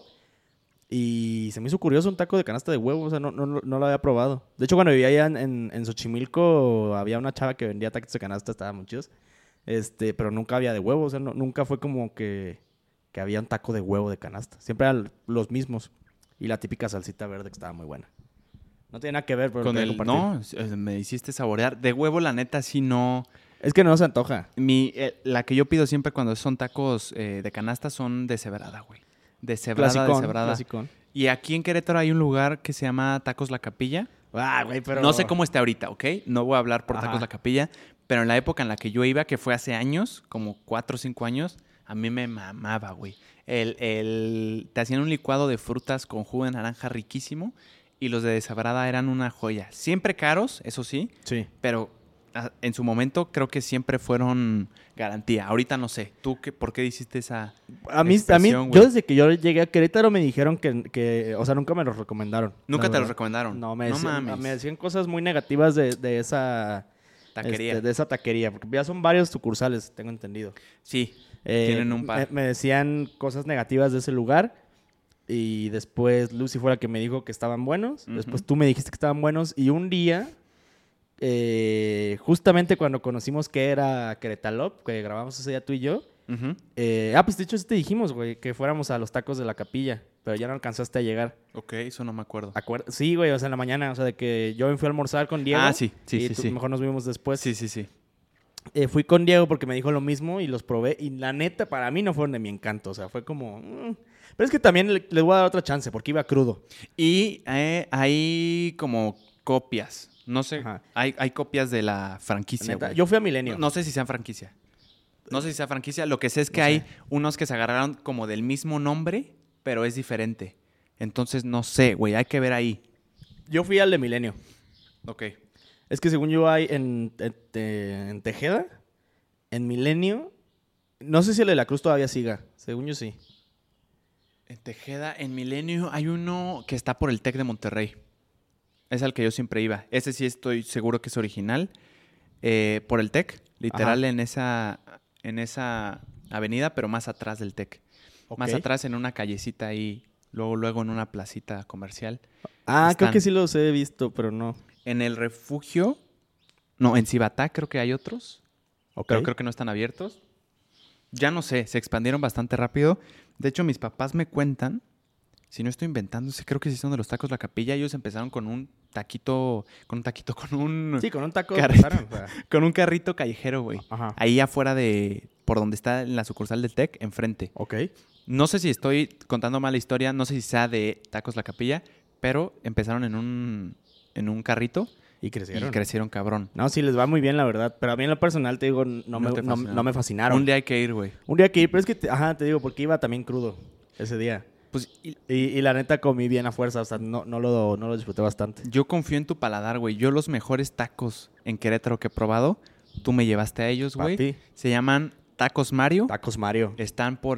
Y se me hizo curioso un taco de canasta de huevo. O sea, no lo había probado. De hecho, cuando vivía allá en Xochimilco, había una chava que vendía taquitos de canasta. Estaban muy chidos. Pero nunca había de huevo. O sea, nunca fue como que había un taco de huevo de canasta. Siempre eran los mismos. Y la típica salsita verde que estaba muy buena. No tiene nada que ver, pero Con lo quería compartir. No, me hiciste saborear. De huevo, la neta, sí no. Es que no se antoja. La que yo pido siempre cuando son tacos de canasta son deshebrada, güey. Deshebrada. Clasicón. Y aquí en Querétaro hay un lugar que se llama Tacos La Capilla. Ah, güey, pero... No sé cómo esté ahorita, ¿ok? No voy a hablar por Ajá. Tacos La Capilla, pero en la época en la que yo iba, que fue hace años, como 4 o 5 años, a mí me mamaba, güey. Te hacían un licuado de frutas con jugo de naranja riquísimo y los de deshebrada eran una joya. Siempre caros, eso sí, Sí. pero en su momento creo que siempre fueron garantía. Ahorita no sé. ¿Tú por qué hiciste esa A mí, expresión, güey? yo desde que yo llegué a Querétaro me dijeron o sea, nunca me los recomendaron. ¿Nunca la te los verdad. recomendaron? No, No mames. me decían cosas muy negativas de esa Taquería. de esa taquería, porque ya son varios sucursales, tengo entendido. Sí, tienen un par. Me decían cosas negativas de ese lugar y después Lucy fue la que me dijo que estaban buenos. Ujú. Después tú me dijiste que estaban buenos y un día, justamente cuando conocimos que era Querétalop, que grabamos ese día tú y yo, Ujú. pues de hecho sí te dijimos, güey, que fuéramos a los tacos de la capilla, pero ya no alcanzaste a llegar. Ok, eso no me acuerdo. Sí, güey, o sea, en la mañana, o sea, de que yo me fui a almorzar con Diego. Ah, sí, y tú- sí. mejor nos vimos después. Sí. Fui con Diego porque me dijo lo mismo y los probé. Y la neta, para mí no fueron de mi encanto. O sea, fue como... Pero es que también les voy a dar otra chance porque iba crudo. Y hay como copias. No sé, Ajá. hay copias de la franquicia, Neta, güey. yo fui a Milenio. No sé si sean franquicia. No sé si sea franquicia. Lo que sé es que No sé. hay unos que se agarraron como del mismo nombre, pero es diferente. Entonces, no sé, güey. Hay que ver ahí. Yo fui al de Milenio. Ok. Es que según yo hay en Tejeda, en Milenio... No sé si el de la Cruz todavía siga. Según yo sí. En Tejeda, en Milenio, hay uno que está por el TEC de Monterrey. Es al que yo siempre iba. Ese sí estoy seguro que es original. Por el TEC, literal en esa avenida, pero más atrás del TEC. Ok. Más atrás en una callecita ahí, luego en una placita comercial. Creo Están. que sí los he visto, pero no. En el refugio, no, en Cibatá creo que hay otros, Ok. pero creo que no están abiertos. Ya no sé, se expandieron bastante rápido. De hecho, mis papás me cuentan, si no estoy inventando, creo que sí son de los tacos La Capilla. Ellos empezaron con un taquito, con un Sí, con un taco Carrito. empezaron, o sea. con un carrito callejero, güey. Ajá. Ahí afuera por donde está en la sucursal del TEC, enfrente. Ok. No sé si estoy contando mal la historia, no sé si sea de Tacos La Capilla, pero empezaron en un carrito Y y crecieron. crecieron cabrón. No, sí, les va muy bien, la verdad. Pero a mí en lo personal, te digo, no te fascinaron. no me fascinaron. Un día hay que ir, güey. Un día que ir, pero es que, te digo, porque iba también crudo ese día. Pues Y la neta comí bien a fuerza, o sea, no lo disfruté bastante. yo confío en tu paladar, güey. Yo los mejores tacos en Querétaro que he probado, tú me llevaste a ellos, güey. Papi. Se llaman Tacos Mario. Tacos Mario. Están por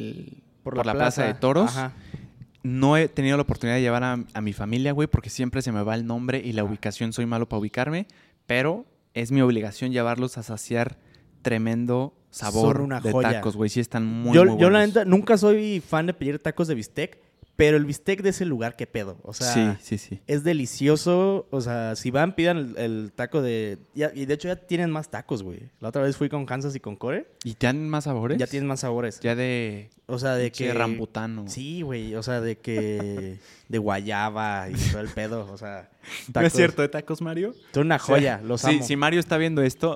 la Plaza de Toros. Ajá. No he tenido la oportunidad de llevar a mi familia, güey, porque siempre se me va el nombre y la ubicación. Soy malo para ubicarme, pero es mi obligación llevarlos a saciar tremendo sabor Son una de joya. tacos, güey. Sí están muy Yo buenos. la neta, nunca soy fan de pedir tacos de bistec, pero el bistec de ese lugar, qué pedo. O sea, Sí. es delicioso. O sea, si van, pidan el taco de... y de hecho ya tienen más tacos, güey. La otra vez fui con Kansas y con Core. ¿Y tienen más sabores? Ya tienen más sabores. Ya de... O sea, de que... rambutano. Sí, güey. O sea, de que... de guayaba y todo el pedo. O sea, ¿No es cierto de Tacos Mario? Son una joya. Los Sí, amo. si Mario está viendo esto,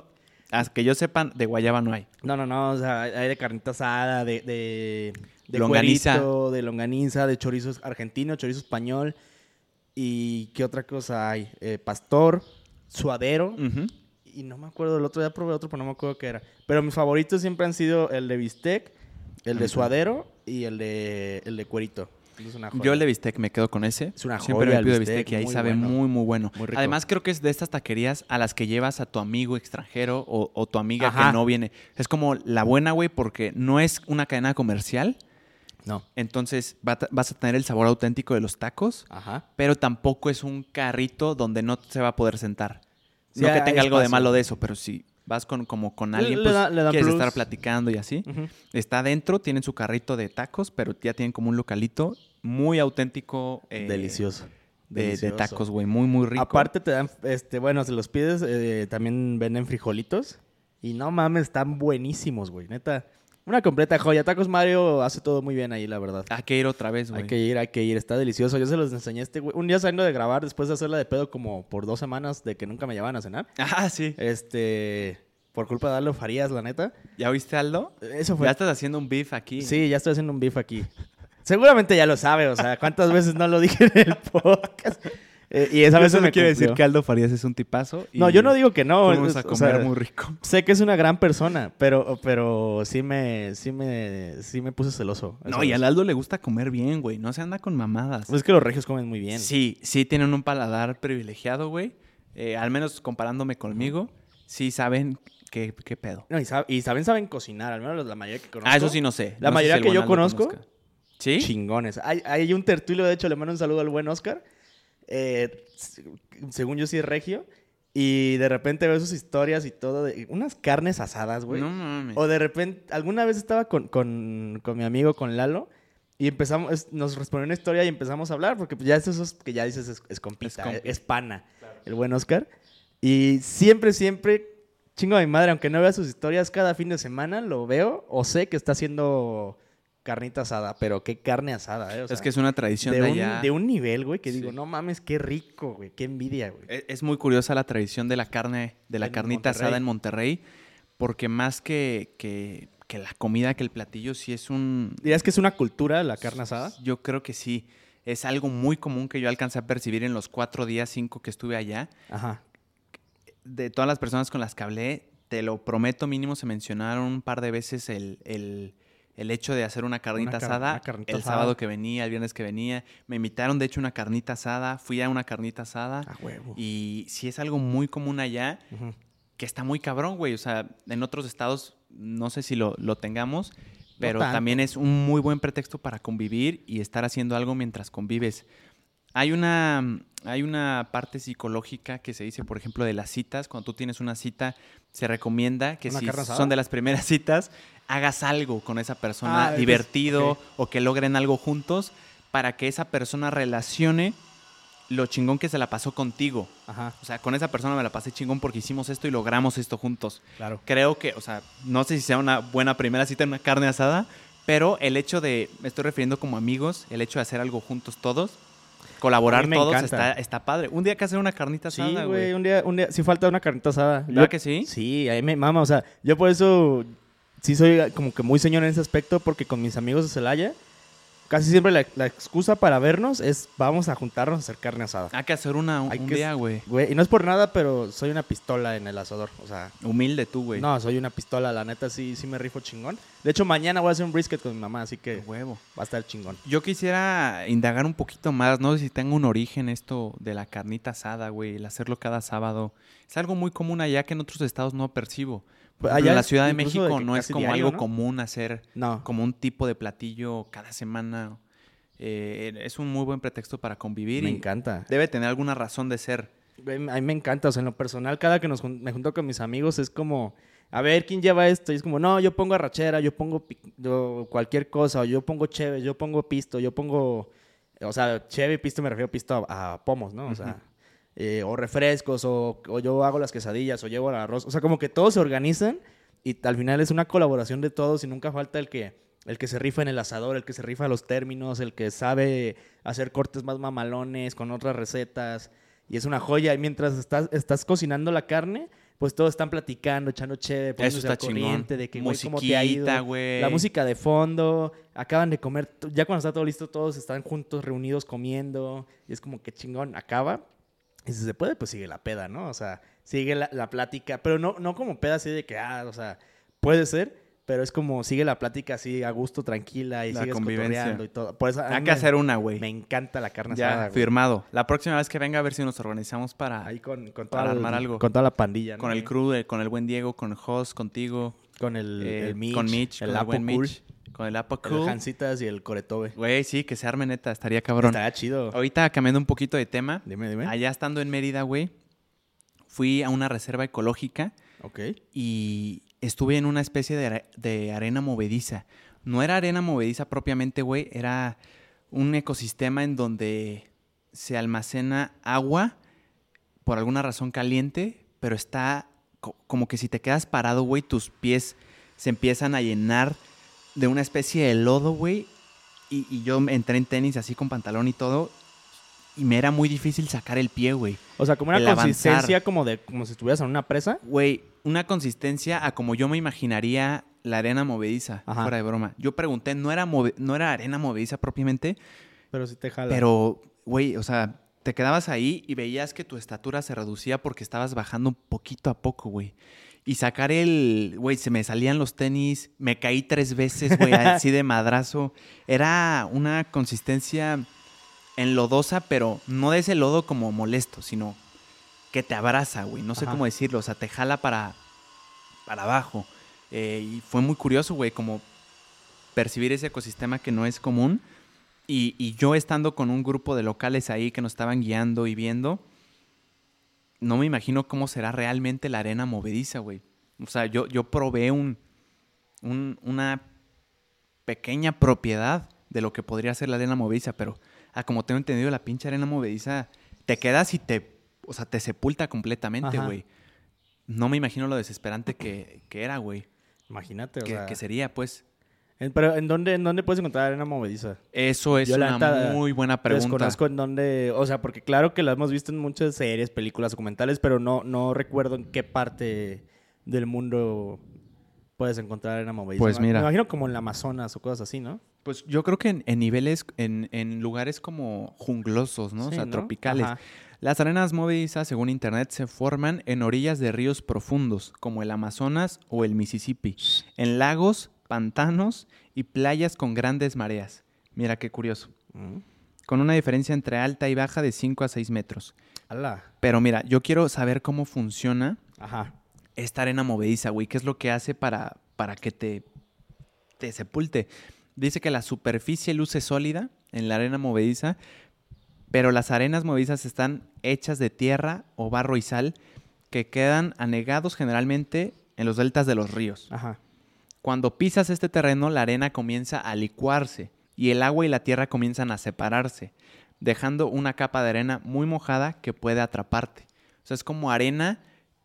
Hasta que yo sepa, de guayaba no hay. No, o sea, hay de carnita asada, de Longaniza. cuerito, de longaniza, de chorizo argentino, chorizo español. ¿Y qué otra cosa hay? Pastor, suadero. Ujú. Y no me acuerdo, el otro día probé otro, pero no me acuerdo qué era. Pero mis favoritos siempre han sido el de bistec, el de suadero y el de cuerito. Es una joya. Yo el de bistec me quedo con ese. Es una Siempre joya me el pido de bistec, bistec y ahí muy sabe bueno. muy, muy bueno. Muy rico. Además, creo que es de estas taquerías a las que llevas a tu amigo extranjero o tu amiga Ajá. que no viene. Es como la buena, güey, porque no es una cadena comercial. No. Entonces vas a tener el sabor auténtico de los tacos, Ajá. pero tampoco es un carrito donde no se va a poder sentar. Sí, No que hay tenga algo de espacio. malo de eso, pero si vas como con alguien, Le pues da quieres plus. estar platicando y así. Ujú. Está adentro, tienen su carrito de tacos, pero ya tienen como un localito muy auténtico. Delicioso. De Delicioso. tacos, güey, muy, muy rico. Aparte te dan, bueno, si los pides, también venden frijolitos. Y no mames, están buenísimos, güey. Neta, una completa joya. Tacos Mario hace todo muy bien ahí, la verdad. Hay que ir otra vez, güey. Hay que ir. Está delicioso. Yo se los enseñé a este güey. Un día saliendo de grabar, después de hacerla de pedo como por 2 semanas de que nunca me llevaban a cenar. Ah, sí. Por culpa de Darlo Farías, la neta. ¿Ya oíste, Aldo? Eso fue. Ya estás haciendo un beef aquí. Sí, ya estoy haciendo un beef aquí. Seguramente ya lo sabe, o sea, ¿cuántas veces no lo dije en el podcast? Y esa vez Eso me no quiere decir cumplió. que Aldo Farías es un tipazo. y No, yo no digo que no. Fuimos a o comer sea, muy rico. Sé que es una gran persona, pero sí me puse celoso. esa No, y vez. al Aldo le gusta comer bien, güey. No se anda con mamadas. Pues es que los regios comen muy bien. Sí, sí tienen un paladar privilegiado, güey. Al menos comparándome conmigo, sí saben qué pedo. No, y saben cocinar, al menos la mayoría que conozco. Ah, eso sí no sé. La No sé mayoría si el que buen yo Aldo conozco, conozca. ¿Sí? chingones. Hay un tertulio, de hecho, le mando un saludo al buen Oscar. Según yo sí es regio. Y de repente veo sus historias y todo de unas carnes asadas, güey. No mames. O de repente, alguna vez estaba con mi amigo, con Lalo, y nos respondió una historia y empezamos a hablar, porque pues ya es eso que ya dices es compita, Es es pana, el buen Oscar. Y siempre, chingo a mi madre, aunque no vea sus historias cada fin de semana, lo veo o sé que está haciendo carnita asada, pero qué carne asada, ¿eh? O sea, Es que es una tradición de allá. de un nivel, güey, que Sí. digo, no mames, qué rico, güey, qué envidia, güey. Es muy curiosa la tradición de la carne, de la En carnita Monterrey. asada en Monterrey, porque más que la comida, que el platillo, sí es un... ¿Dirías que es una cultura la carne asada? Yo creo que sí. Es algo muy común que yo alcancé a percibir en los 4 días, 5 que estuve allá. Ajá. De todas las personas con las que hablé, te lo prometo, mínimo se mencionaron un par de veces el hecho de hacer una carnita asada. una carnita el asada. sábado que venía, el viernes que venía. Me invitaron, de hecho, una carnita asada. Fui a una carnita asada. A huevo. Y sí es algo muy común allá, Ujú. que está muy cabrón, güey. O sea, en otros estados no sé si lo tengamos, pero tanto. también es un muy buen pretexto para convivir y estar haciendo algo mientras convives. Hay una parte psicológica que se dice, por ejemplo, de las citas. Cuando tú tienes una cita, se recomienda que ¿Una si carne asada? son de las primeras citas, hagas algo con esa persona Ah, divertido ok. o que logren algo juntos para que esa persona relacione lo chingón que se la pasó contigo. Ajá, O sea, con esa persona me la pasé chingón porque hicimos esto y logramos esto juntos. claro. Creo que, o sea, no sé si sea una buena primera cita en una carne asada, pero el hecho de, me estoy refiriendo como amigos, el hecho de hacer algo juntos todos, colaborar A mí me todos, encanta. está padre. Un día hay que hacer una carnita Sí, asada, güey, güey. un día sí falta una carnita asada. ¿Verdad que sí? Sí, a mí me mama, o sea, yo por eso sí soy como que muy señor en ese aspecto, porque con mis amigos de Celaya, casi siempre la excusa para vernos es vamos a juntarnos a hacer carne asada. Hay que hacer un que- día, güey. Güey, y no es por nada, pero soy una pistola en el asador, o sea... Humilde tú, güey. No, soy una pistola, la neta sí me rifo chingón. De hecho, mañana voy a hacer un brisket con mi mamá, así que Qué huevo. va a estar chingón. Yo quisiera indagar un poquito más, no sé si tenga un origen esto de la carnita asada, güey, el hacerlo cada sábado. Es algo muy común allá que en otros estados no percibo. Por Pues ejemplo, allá en la es Ciudad de incluso México de que no es casi como diario, algo ¿no? común hacer No. como un tipo de platillo cada semana. Es un muy buen pretexto para convivir Me y encanta. debe tener alguna razón de ser. Güey, a mí me encanta, o sea, en lo personal, cada que me junto con mis amigos es como, a ver, ¿quién lleva esto? Y es como, no, yo pongo arrachera, yo pongo yo cualquier cosa, o yo pongo cheve, yo pongo pisto, yo pongo, o sea, cheve y pisto me refiero a pisto a pomos, ¿no? O sea, o refrescos, o yo hago las quesadillas, o llevo el arroz, o sea, como que todos se organizan y al final es una colaboración de todos y nunca falta el que se rifa en el asador, el que se rifa los términos, el que sabe hacer cortes más mamalones con otras recetas. Y es una joya. Y mientras estás cocinando la carne, pues todos están platicando, echando chévere, poniéndose está al corriente chingón. de que, güey, ¿cómo te ha ido? Musiquita, güey. La música de fondo, acaban de comer, ya cuando está todo listo, todos están juntos, reunidos, comiendo, y es como que chingón, acaba, y si se puede, pues sigue la peda, ¿no? O sea, sigue la plática, pero no como peda así de que, o sea, puede ser, pero es como sigue la plática así a gusto, tranquila, y La sigues convivencia. cotorreando y todo. Por eso, a Hay mí que hacer una, güey. me encanta la carne Ya, asada, güey. firmado. La próxima vez que venga, a ver si nos organizamos para Ahí con para armar algo. Con toda la pandilla, ¿no? con el crew, con el buen Diego, con el host, contigo. Con el Mitch. Con Mitch, el con el Apo buen Cool, Mitch. Con el Apo el Cool. Hansitas y el Coretobe. Güey, sí, que se arme neta, estaría cabrón. Estaría chido. Ahorita cambiando un poquito de tema. Dime. Allá estando en Mérida, güey, fui a una reserva ecológica Ok. y estuve en una especie de arena movediza. No era arena movediza propiamente, güey, era un ecosistema en donde se almacena agua por alguna razón caliente, pero está como que si te quedas parado, güey, tus pies se empiezan a llenar de una especie de lodo, güey. Y yo entré en tenis así con pantalón y todo. Y me era muy difícil sacar el pie, güey. O sea, como una El consistencia avanzar. como si estuvieras en una presa. Güey, una consistencia a como yo me imaginaría la arena movediza, Ajá. fuera de broma. Yo pregunté, no era arena movediza propiamente, Pero sí te jala. pero, güey, o sea, te quedabas ahí y veías que tu estatura se reducía porque estabas bajando poquito a poco, güey. Y sacar güey, se me salían los tenis, me caí 3 veces, güey, así de madrazo. Era una consistencia enlodosa, pero no de ese lodo como molesto, sino que te abraza, güey. No sé Ajá. cómo decirlo, o sea, te jala para abajo. Y fue muy curioso, güey, como percibir ese ecosistema que no es común. Y yo estando con un grupo de locales ahí que nos estaban guiando y viendo, no me imagino cómo será realmente la arena movediza, güey. O sea, yo probé una pequeña propiedad de lo que podría ser la arena movediza, pero como tengo entendido, la pinche arena movediza te quedas y te sepulta completamente, Ajá. güey. No me imagino lo desesperante que era, güey. Imagínate, o Que, sea. que sería, pues. Pero ¿en dónde puedes encontrar arena movediza? Eso es Yo, la una neta, muy buena pregunta. Desconozco en dónde, o sea, porque claro que la hemos visto en muchas series, películas, documentales, pero no recuerdo en qué parte del mundo puedes encontrar arena movediza. Pues mira. Me imagino como en el Amazonas o cosas así, ¿no? Pues yo creo que en niveles, en lugares como junglosos, ¿no? Sí, O sea, ¿no? tropicales. Ajá. Las arenas movedizas, según internet, se forman en orillas de ríos profundos, como el Amazonas o el Mississippi, en lagos, pantanos y playas con grandes mareas. Mira qué curioso. Mm. Con una diferencia entre alta y baja de 5 a 6 metros. Ala. Pero mira, yo quiero saber cómo funciona Ajá. esta arena movediza, güey. ¿Qué es lo que hace para que te sepulte? Dice que la superficie luce sólida en la arena movediza, pero las arenas movedizas están hechas de tierra o barro y sal que quedan anegados generalmente en los deltas de los ríos. Ajá. Cuando pisas este terreno, la arena comienza a licuarse y el agua y la tierra comienzan a separarse, dejando una capa de arena muy mojada que puede atraparte. O sea, es como arena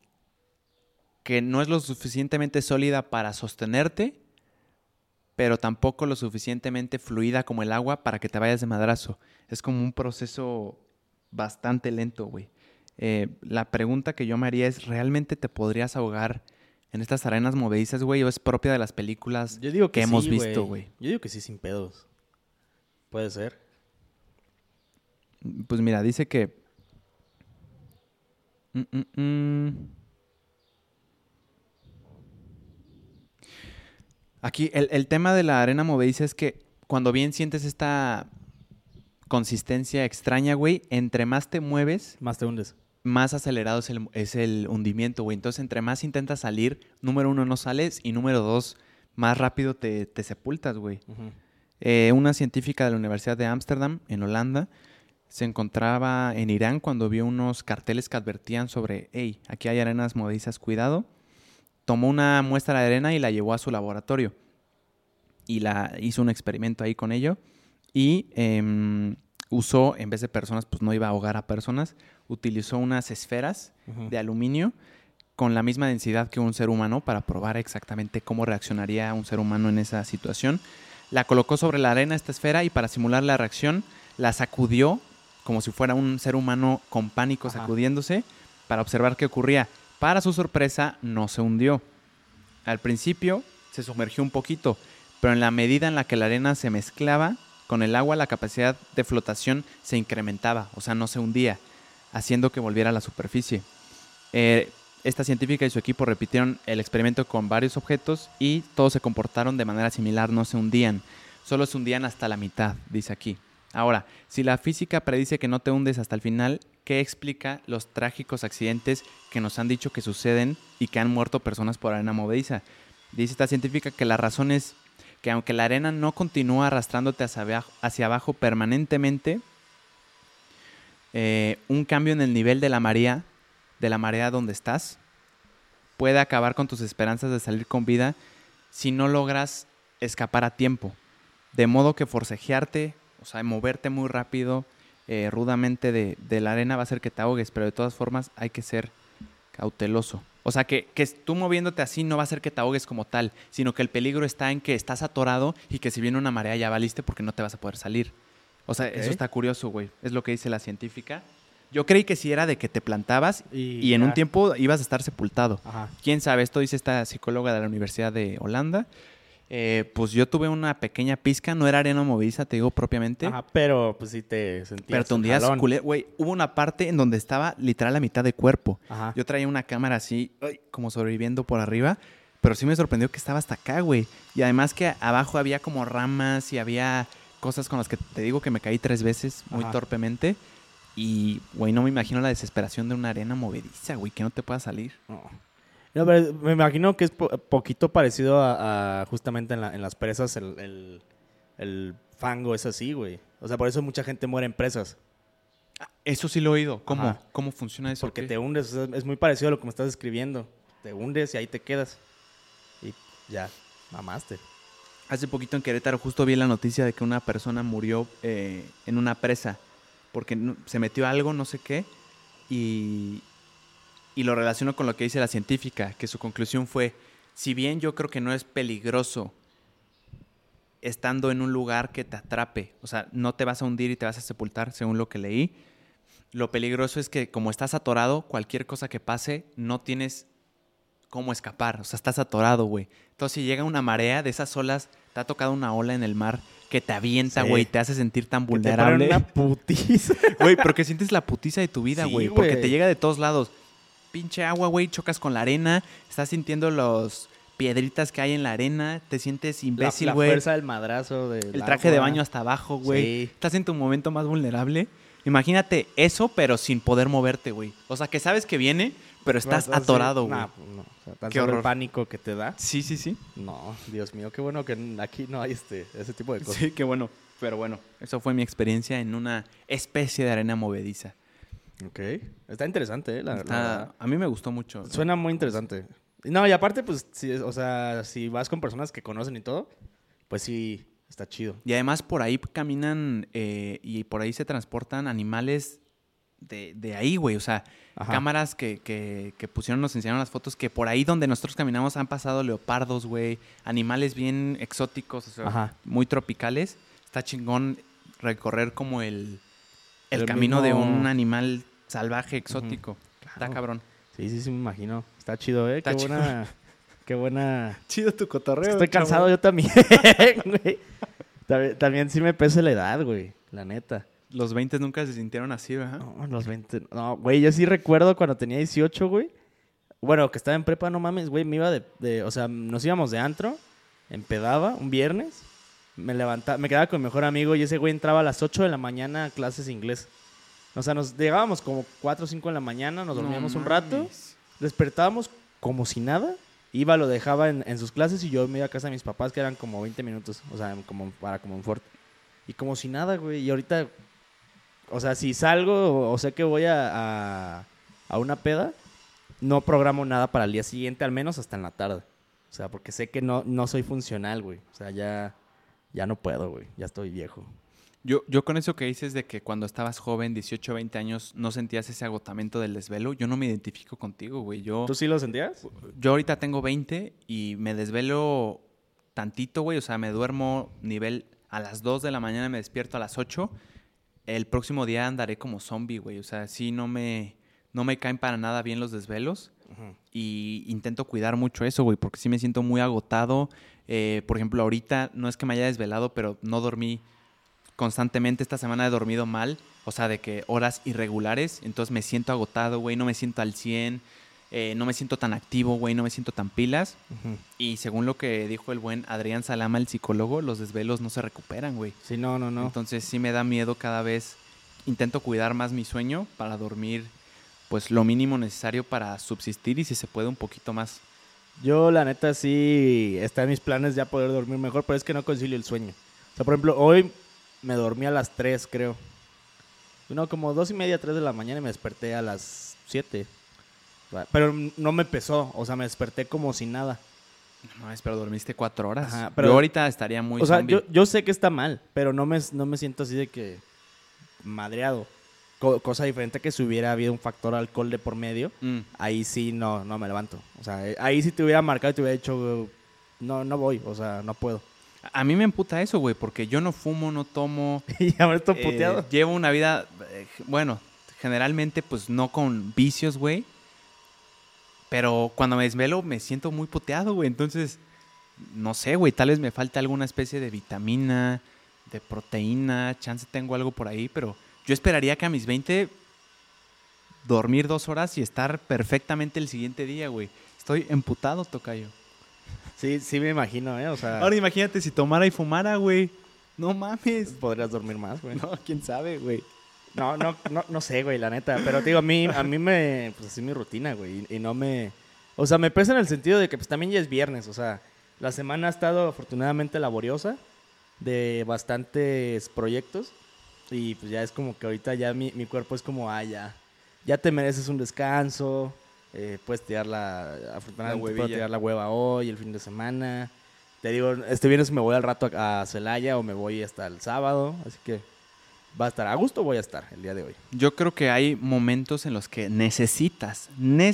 que no es lo suficientemente sólida para sostenerte, pero tampoco lo suficientemente fluida como el agua para que te vayas de madrazo. Es como un proceso bastante lento, güey. La pregunta que yo me haría es, ¿realmente te podrías ahogar en estas arenas movedizas, güey? ¿O es propia de las películas Yo digo que hemos sí, visto, güey? Yo digo que sí, sin pedos. Puede ser. Pues mira, dice que... Aquí el tema de la arena movediza es que cuando bien sientes esta consistencia extraña, güey, entre más te mueves, Más te hundes. más acelerado es el hundimiento, güey. Entonces, entre más intentas salir, número 1, no sales, y número 2, más rápido te sepultas, güey. Ujú. Una científica de la Universidad de Ámsterdam, en Holanda, se encontraba en Irán cuando vio unos carteles que advertían sobre, hey, aquí hay arenas movedizas, cuidado. Tomó una muestra de arena y la llevó a su laboratorio. Y hizo un experimento ahí con ello. Y usó, en vez de personas, pues no iba a ahogar a personas, utilizó unas esferas Ujú. de aluminio con la misma densidad que un ser humano para probar exactamente cómo reaccionaría un ser humano en esa situación. La colocó sobre la arena, esta esfera, y para simular la reacción, la sacudió como si fuera un ser humano con pánico, Ajá. sacudiéndose, para observar qué ocurría. Para su sorpresa, no se hundió. Al principio se sumergió un poquito, pero en la medida en la que la arena se mezclaba con el agua, la capacidad de flotación se incrementaba, o sea, no se hundía, haciendo que volviera a la superficie. Esta científica y su equipo repitieron el experimento con varios objetos y todos se comportaron de manera similar, no se hundían. Solo se hundían hasta la mitad, dice aquí. Ahora, si la física predice que no te hundes hasta el final, ¿qué explica los trágicos accidentes que nos han dicho que suceden y que han muerto personas por arena movediza? Dice esta científica que la razón es que aunque la arena no continúa arrastrándote hacia abajo permanentemente, un cambio en el nivel de la marea donde estás, puede acabar con tus esperanzas de salir con vida si no logras escapar a tiempo. De modo que forcejearte, o sea, moverte muy rápido, rudamente de la arena va a hacer que te ahogues, pero de todas formas hay que ser cauteloso. O sea, que tú moviéndote así no va a hacer que te ahogues como tal, sino que el peligro está en que estás atorado y que si viene una marea ya valiste porque no te vas a poder salir. O sea, Eso está curioso, güey. Es lo que dice la científica. Yo creí que sí era de que te plantabas y en un tiempo ibas a estar sepultado. Ajá. ¿Quién sabe? Esto dice esta psicóloga de la Universidad de Holanda. Pues yo tuve una pequeña pizca, no era arena movediza, te digo propiamente. Ajá, pero pues sí te sentías. Pero te hundías culé. Güey, hubo una parte en donde estaba literal a mitad de cuerpo. Ajá. Yo traía una cámara así, como sobreviviendo por arriba, pero sí me sorprendió que estaba hasta acá, güey. Y además que abajo había como ramas y había cosas con las que te digo que me caí 3 veces muy torpemente. Y, güey, no me imagino la desesperación de una arena movediza, güey, que no te pueda salir. No, pero me imagino que es poquito parecido a justamente en las presas el fango es así, güey. O sea, por eso mucha gente muere en presas. Eso sí lo he oído. ¿Cómo funciona eso? Porque te hundes. O sea, es muy parecido a lo que me estás describiendo. Te hundes y ahí te quedas. Y ya, mamaste. Hace poquito en Querétaro justo vi la noticia de que una persona murió en una presa porque se metió algo, no sé qué, y lo relaciono con lo que dice la científica, que su conclusión fue, si bien yo creo que no es peligroso estando en un lugar que te atrape, o sea, no te vas a hundir y te vas a sepultar, según lo que leí, lo peligroso es que como estás atorado, cualquier cosa que pase, no tienes cómo escapar, o sea, estás atorado, güey. Entonces, si llega una marea de esas olas, te ha tocado una ola en el mar que te avienta, güey, te hace sentir tan vulnerable. Que te ponen una putiza. Güey, pero que sientes la putiza de tu vida, güey, Sí, porque te llega de todos lados. Pinche agua, güey, chocas con la arena, estás sintiendo los piedritas que hay en la arena, te sientes imbécil, güey. La fuerza del madrazo el traje de baño hasta abajo, güey. Sí. Estás en tu momento más vulnerable. Imagínate eso, pero sin poder moverte, güey. O sea, que sabes que viene, pero estás atorado, güey. No. O sea, qué horror. El pánico que te da. Sí. No, Dios mío, qué bueno que aquí no hay ese tipo de cosas. Sí, qué bueno. Pero bueno, eso fue mi experiencia en una especie de arena movediza. Ok. Está interesante, la verdad. A mí me gustó mucho. Suena muy interesante. No, y aparte, pues, o sea, si vas con personas que conocen y todo, pues sí, está chido. Y además por ahí caminan y por ahí se transportan animales de ahí, güey. O sea, cámaras que pusieron, nos enseñaron las fotos, que por ahí donde nosotros caminamos han pasado leopardos, güey. Animales bien exóticos, o sea, muy tropicales. Está chingón recorrer como el camino de un animal salvaje, exótico. Claro. Está cabrón. Sí, me imagino. Está chido, ¿eh? Qué buena... Chido tu cotorreo. Estoy cansado yo también, güey. También sí me pesa la edad, güey. La neta. Los 20 nunca se sintieron así, ¿verdad? No, los 20... No, güey, yo sí recuerdo cuando tenía 18, güey. Bueno, que estaba en prepa, no mames, güey. Me iba o sea, nos íbamos de antro, empedaba un viernes. Me quedaba con mi mejor amigo y ese güey entraba a las 8 de la mañana a clases de inglés. O sea, nos llegábamos como 4 o 5 de la mañana, nos dormíamos un rato, despertábamos como si nada, lo dejaba en sus clases y yo me iba a casa de mis papás, que eran como 20 minutos, o sea, como en Fort. Y como si nada, güey. Y ahorita, o sea, si salgo o sé que voy a una peda, no programo nada para el día siguiente, al menos hasta en la tarde. O sea, porque sé que no soy funcional, güey. O sea, ya no puedo, güey. Ya estoy viejo. Yo con eso que dices de que cuando estabas joven, 18, 20 años, no sentías ese agotamiento del desvelo, yo no me identifico contigo, güey. ¿Tú sí lo sentías? Yo ahorita tengo 20 y me desvelo tantito, güey. O sea, me duermo nivel a las 2 de la mañana, me despierto a las 8. El próximo día andaré como zombie, güey. O sea, sí no me caen para nada bien los desvelos. Y intento cuidar mucho eso, güey, porque sí me siento muy agotado. Por ejemplo, ahorita no es que me haya desvelado, pero no dormí constantemente. Esta semana he dormido mal, o sea, de que horas irregulares. Entonces me siento agotado, güey, no me siento al 100, no me siento tan activo, güey, no me siento tan pilas. Y según lo que dijo el buen Adrián Salama, el psicólogo, los desvelos no se recuperan, güey. Sí, no. Entonces sí me da miedo cada vez. Intento cuidar más mi sueño para dormir pues lo mínimo necesario para subsistir y si se puede un poquito más. Yo, la neta, sí está en mis planes ya poder dormir mejor, pero es que no concilio el sueño. O sea, por ejemplo, hoy me dormí a las 3, creo. No, como 2:30, 3 de la mañana y me desperté a las 7. Pero no me pesó, o sea, me desperté como sin nada. No, pero dormiste 4 horas. Ajá, pero, yo ahorita estaría muy o sea, zombie. yo sé que está mal, pero no me siento así de que madreado. Cosa diferente que si hubiera habido un factor alcohol de por medio, ahí sí no me levanto. O sea, ahí sí te hubiera marcado y te hubiera dicho, no voy, o sea, no puedo. A mí me emputa eso, güey, porque yo no fumo, no tomo. Y ya me estoy puteado. Llevo una vida, bueno, generalmente pues no con vicios, güey. Pero cuando me desvelo me siento muy puteado, güey. Entonces, no sé, güey, tal vez me falta alguna especie de vitamina, de proteína, chance tengo algo por ahí, pero yo esperaría que a mis 20 dormir 2 horas y estar perfectamente el siguiente día, güey. Estoy emputado, tocayo. Sí me imagino, o sea... Ahora imagínate si tomara y fumara, güey. No mames. Podrías dormir más, güey. No, quién sabe, güey. No sé, güey, la neta. Pero te digo, a mí me... Pues así mi rutina, güey. Y no me... O sea, me pesa en el sentido de que pues también ya es viernes. O sea, la semana ha estado afortunadamente laboriosa. De bastantes proyectos. Y pues ya es como que ahorita ya mi cuerpo es como, ya te mereces un descanso. Puedes tirar afortunadamente puedo tirar la hueva hoy, el fin de semana. Te digo, este viernes me voy al rato a Celaya o me voy hasta el sábado. Así que va a estar a gusto, voy a estar el día de hoy. Yo creo que hay momentos en los que necesitas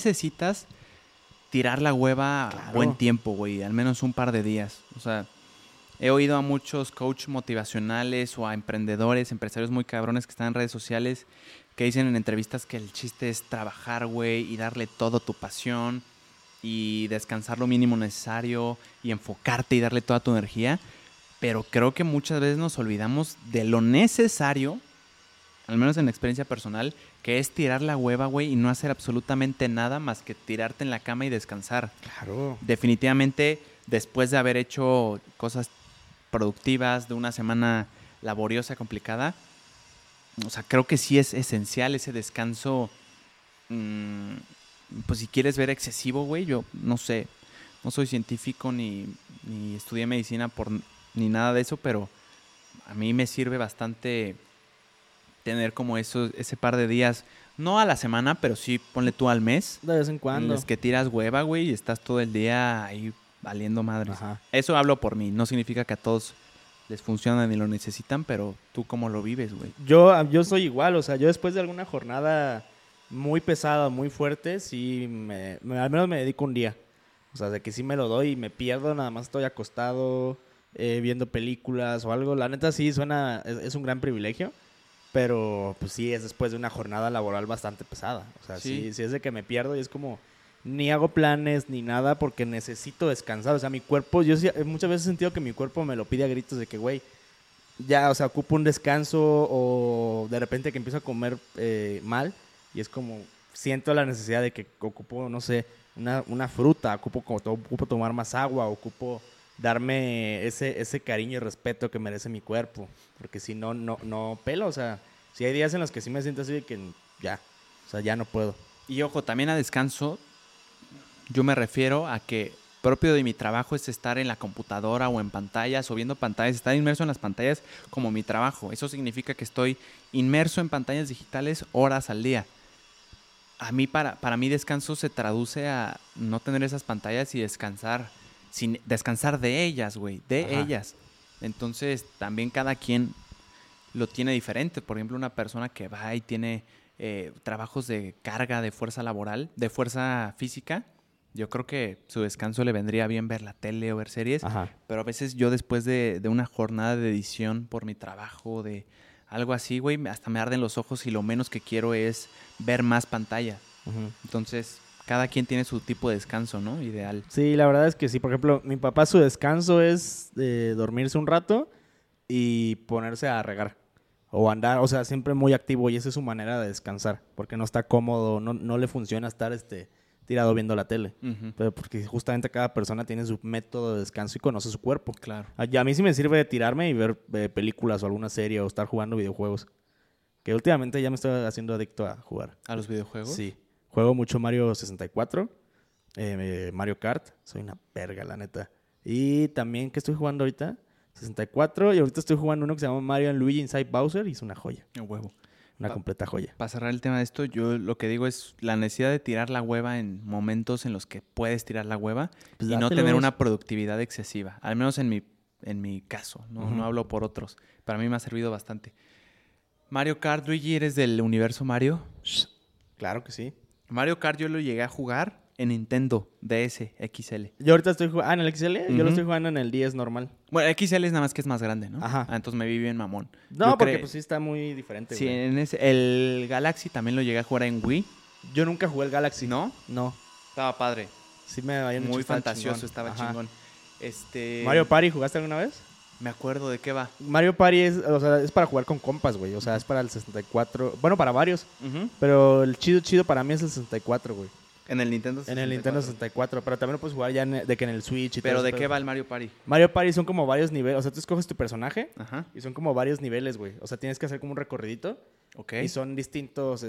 tirar la hueva a buen tiempo, güey. Al menos un par de días. O sea, he oído a muchos coaches motivacionales o a empresarios muy cabrones que están en redes sociales que dicen en entrevistas que el chiste es trabajar, güey, y darle todo tu pasión y descansar lo mínimo necesario y enfocarte y darle toda tu energía. Pero creo que muchas veces nos olvidamos de lo necesario, al menos en la experiencia personal, que es tirar la hueva, güey, y no hacer absolutamente nada más que tirarte en la cama y descansar. Claro. Definitivamente, después de haber hecho cosas productivas, de una semana laboriosa, complicada, o sea, creo que sí es esencial ese descanso. Pues si quieres ver excesivo, güey, yo no sé, no soy científico ni estudié medicina ni nada de eso, pero a mí me sirve bastante tener como ese par de días, no a la semana, pero sí ponle tú al mes. De vez en cuando. En los que tiras hueva, güey, y estás todo el día ahí valiendo madres. Ajá. Eso hablo por mí, no significa que a todos les funciona ni lo necesitan, pero tú cómo lo vives, güey. Yo soy igual, o sea, yo después de alguna jornada muy pesada, muy fuerte, sí al menos me dedico un día. O sea, de que sí me lo doy y me pierdo, nada más estoy acostado, viendo películas o algo. La neta sí es un gran privilegio, pero pues sí es después de una jornada laboral bastante pesada. O sea, sí es de que me pierdo y es como... Ni hago planes ni nada porque necesito descansar. O sea, mi cuerpo, yo sí, muchas veces he sentido que mi cuerpo me lo pide a gritos de que, güey, ya, o sea, ocupo un descanso o de repente que empiezo a comer mal y es como, siento la necesidad de que ocupo, no sé, una fruta, ocupo tomar más agua, ocupo darme ese cariño y respeto que merece mi cuerpo. Porque si no pelo, o sea, si hay días en los que sí me siento así de que ya, o sea, ya no puedo. Y ojo, también a descanso, yo me refiero a que propio de mi trabajo es estar en la computadora o en pantallas o viendo pantallas, estar inmerso en las pantallas como mi trabajo. Eso significa que estoy inmerso en pantallas digitales horas al día. A mí, para mí descanso se traduce a no tener esas pantallas y descansar, sin descansar de ellas, güey, de ellas. Entonces, también cada quien lo tiene diferente. Por ejemplo, una persona que va y tiene trabajos de carga, de fuerza laboral, de fuerza física, yo creo que su descanso le vendría bien ver la tele o ver series. Ajá. Pero a veces yo después de una jornada de edición por mi trabajo, de algo así, güey, hasta me arden los ojos y lo menos que quiero es ver más pantalla. Uh-huh. Entonces, cada quien tiene su tipo de descanso, ¿no? Ideal. Sí, la verdad es que sí. Por ejemplo, mi papá su descanso es dormirse un rato y ponerse a regar o andar, o sea, siempre muy activo y esa es su manera de descansar, porque no está cómodo, no le funciona estar tirado viendo la tele. Ujú. Pero porque justamente cada persona tiene su método de descanso y conoce su cuerpo. Claro. Y a mí sí me sirve tirarme y ver películas o alguna serie o estar jugando videojuegos. Que últimamente ya me estoy haciendo adicto a jugar. ¿A los videojuegos? Sí. Juego mucho Mario 64, Mario Kart. Soy una verga, la neta. Y también, ¿qué estoy jugando ahorita? 64. Y ahorita estoy jugando uno que se llama Mario Luigi Inside Bowser y es una joya. A huevo. Una completa joya. Para cerrar el tema de esto, yo lo que digo es la necesidad de tirar la hueva en momentos en los que puedes tirar la hueva Pues y no dátelos. tener una productividad excesiva. Al menos en mi caso, ¿no? Ujú. No hablo por otros. Para mí me ha servido bastante. Mario Kart, Luigi, ¿eres del universo Mario? Claro que sí. Mario Kart yo lo llegué a jugar en Nintendo DS XL. Yo ahorita estoy jugando... en el XL. Yo Ujú. lo estoy jugando en el 10 normal. Bueno, XL es nada más que es más grande, ¿no? Ajá. Entonces me vi bien mamón. No, Yo porque cre- pues sí está muy diferente, Sí, güey. el Galaxy también lo llegué a jugar en Wii. Yo nunca jugué el Galaxy. ¿No? No. Estaba padre. Sí me habían dicho Muy que estaba fantasioso, chingón. estaba Ajá. chingón. Mario Party, ¿jugaste alguna vez? Me acuerdo de qué va. Mario Party es, o sea, es para jugar con compas, güey. O sea, es para el 64. Bueno, para varios. Ujú. Pero el chido para mí es el 64, güey. En el Nintendo 64. En el Nintendo 64. Pero también lo puedes jugar ya de que en el Switch y Pero todo ¿de ese qué pedo. va el Mario Party? Mario Party son como varios niveles. O sea, tú escoges tu personaje Ajá. y son como varios niveles, güey. O sea, tienes que hacer como un recorridito. Ok. Y son distintos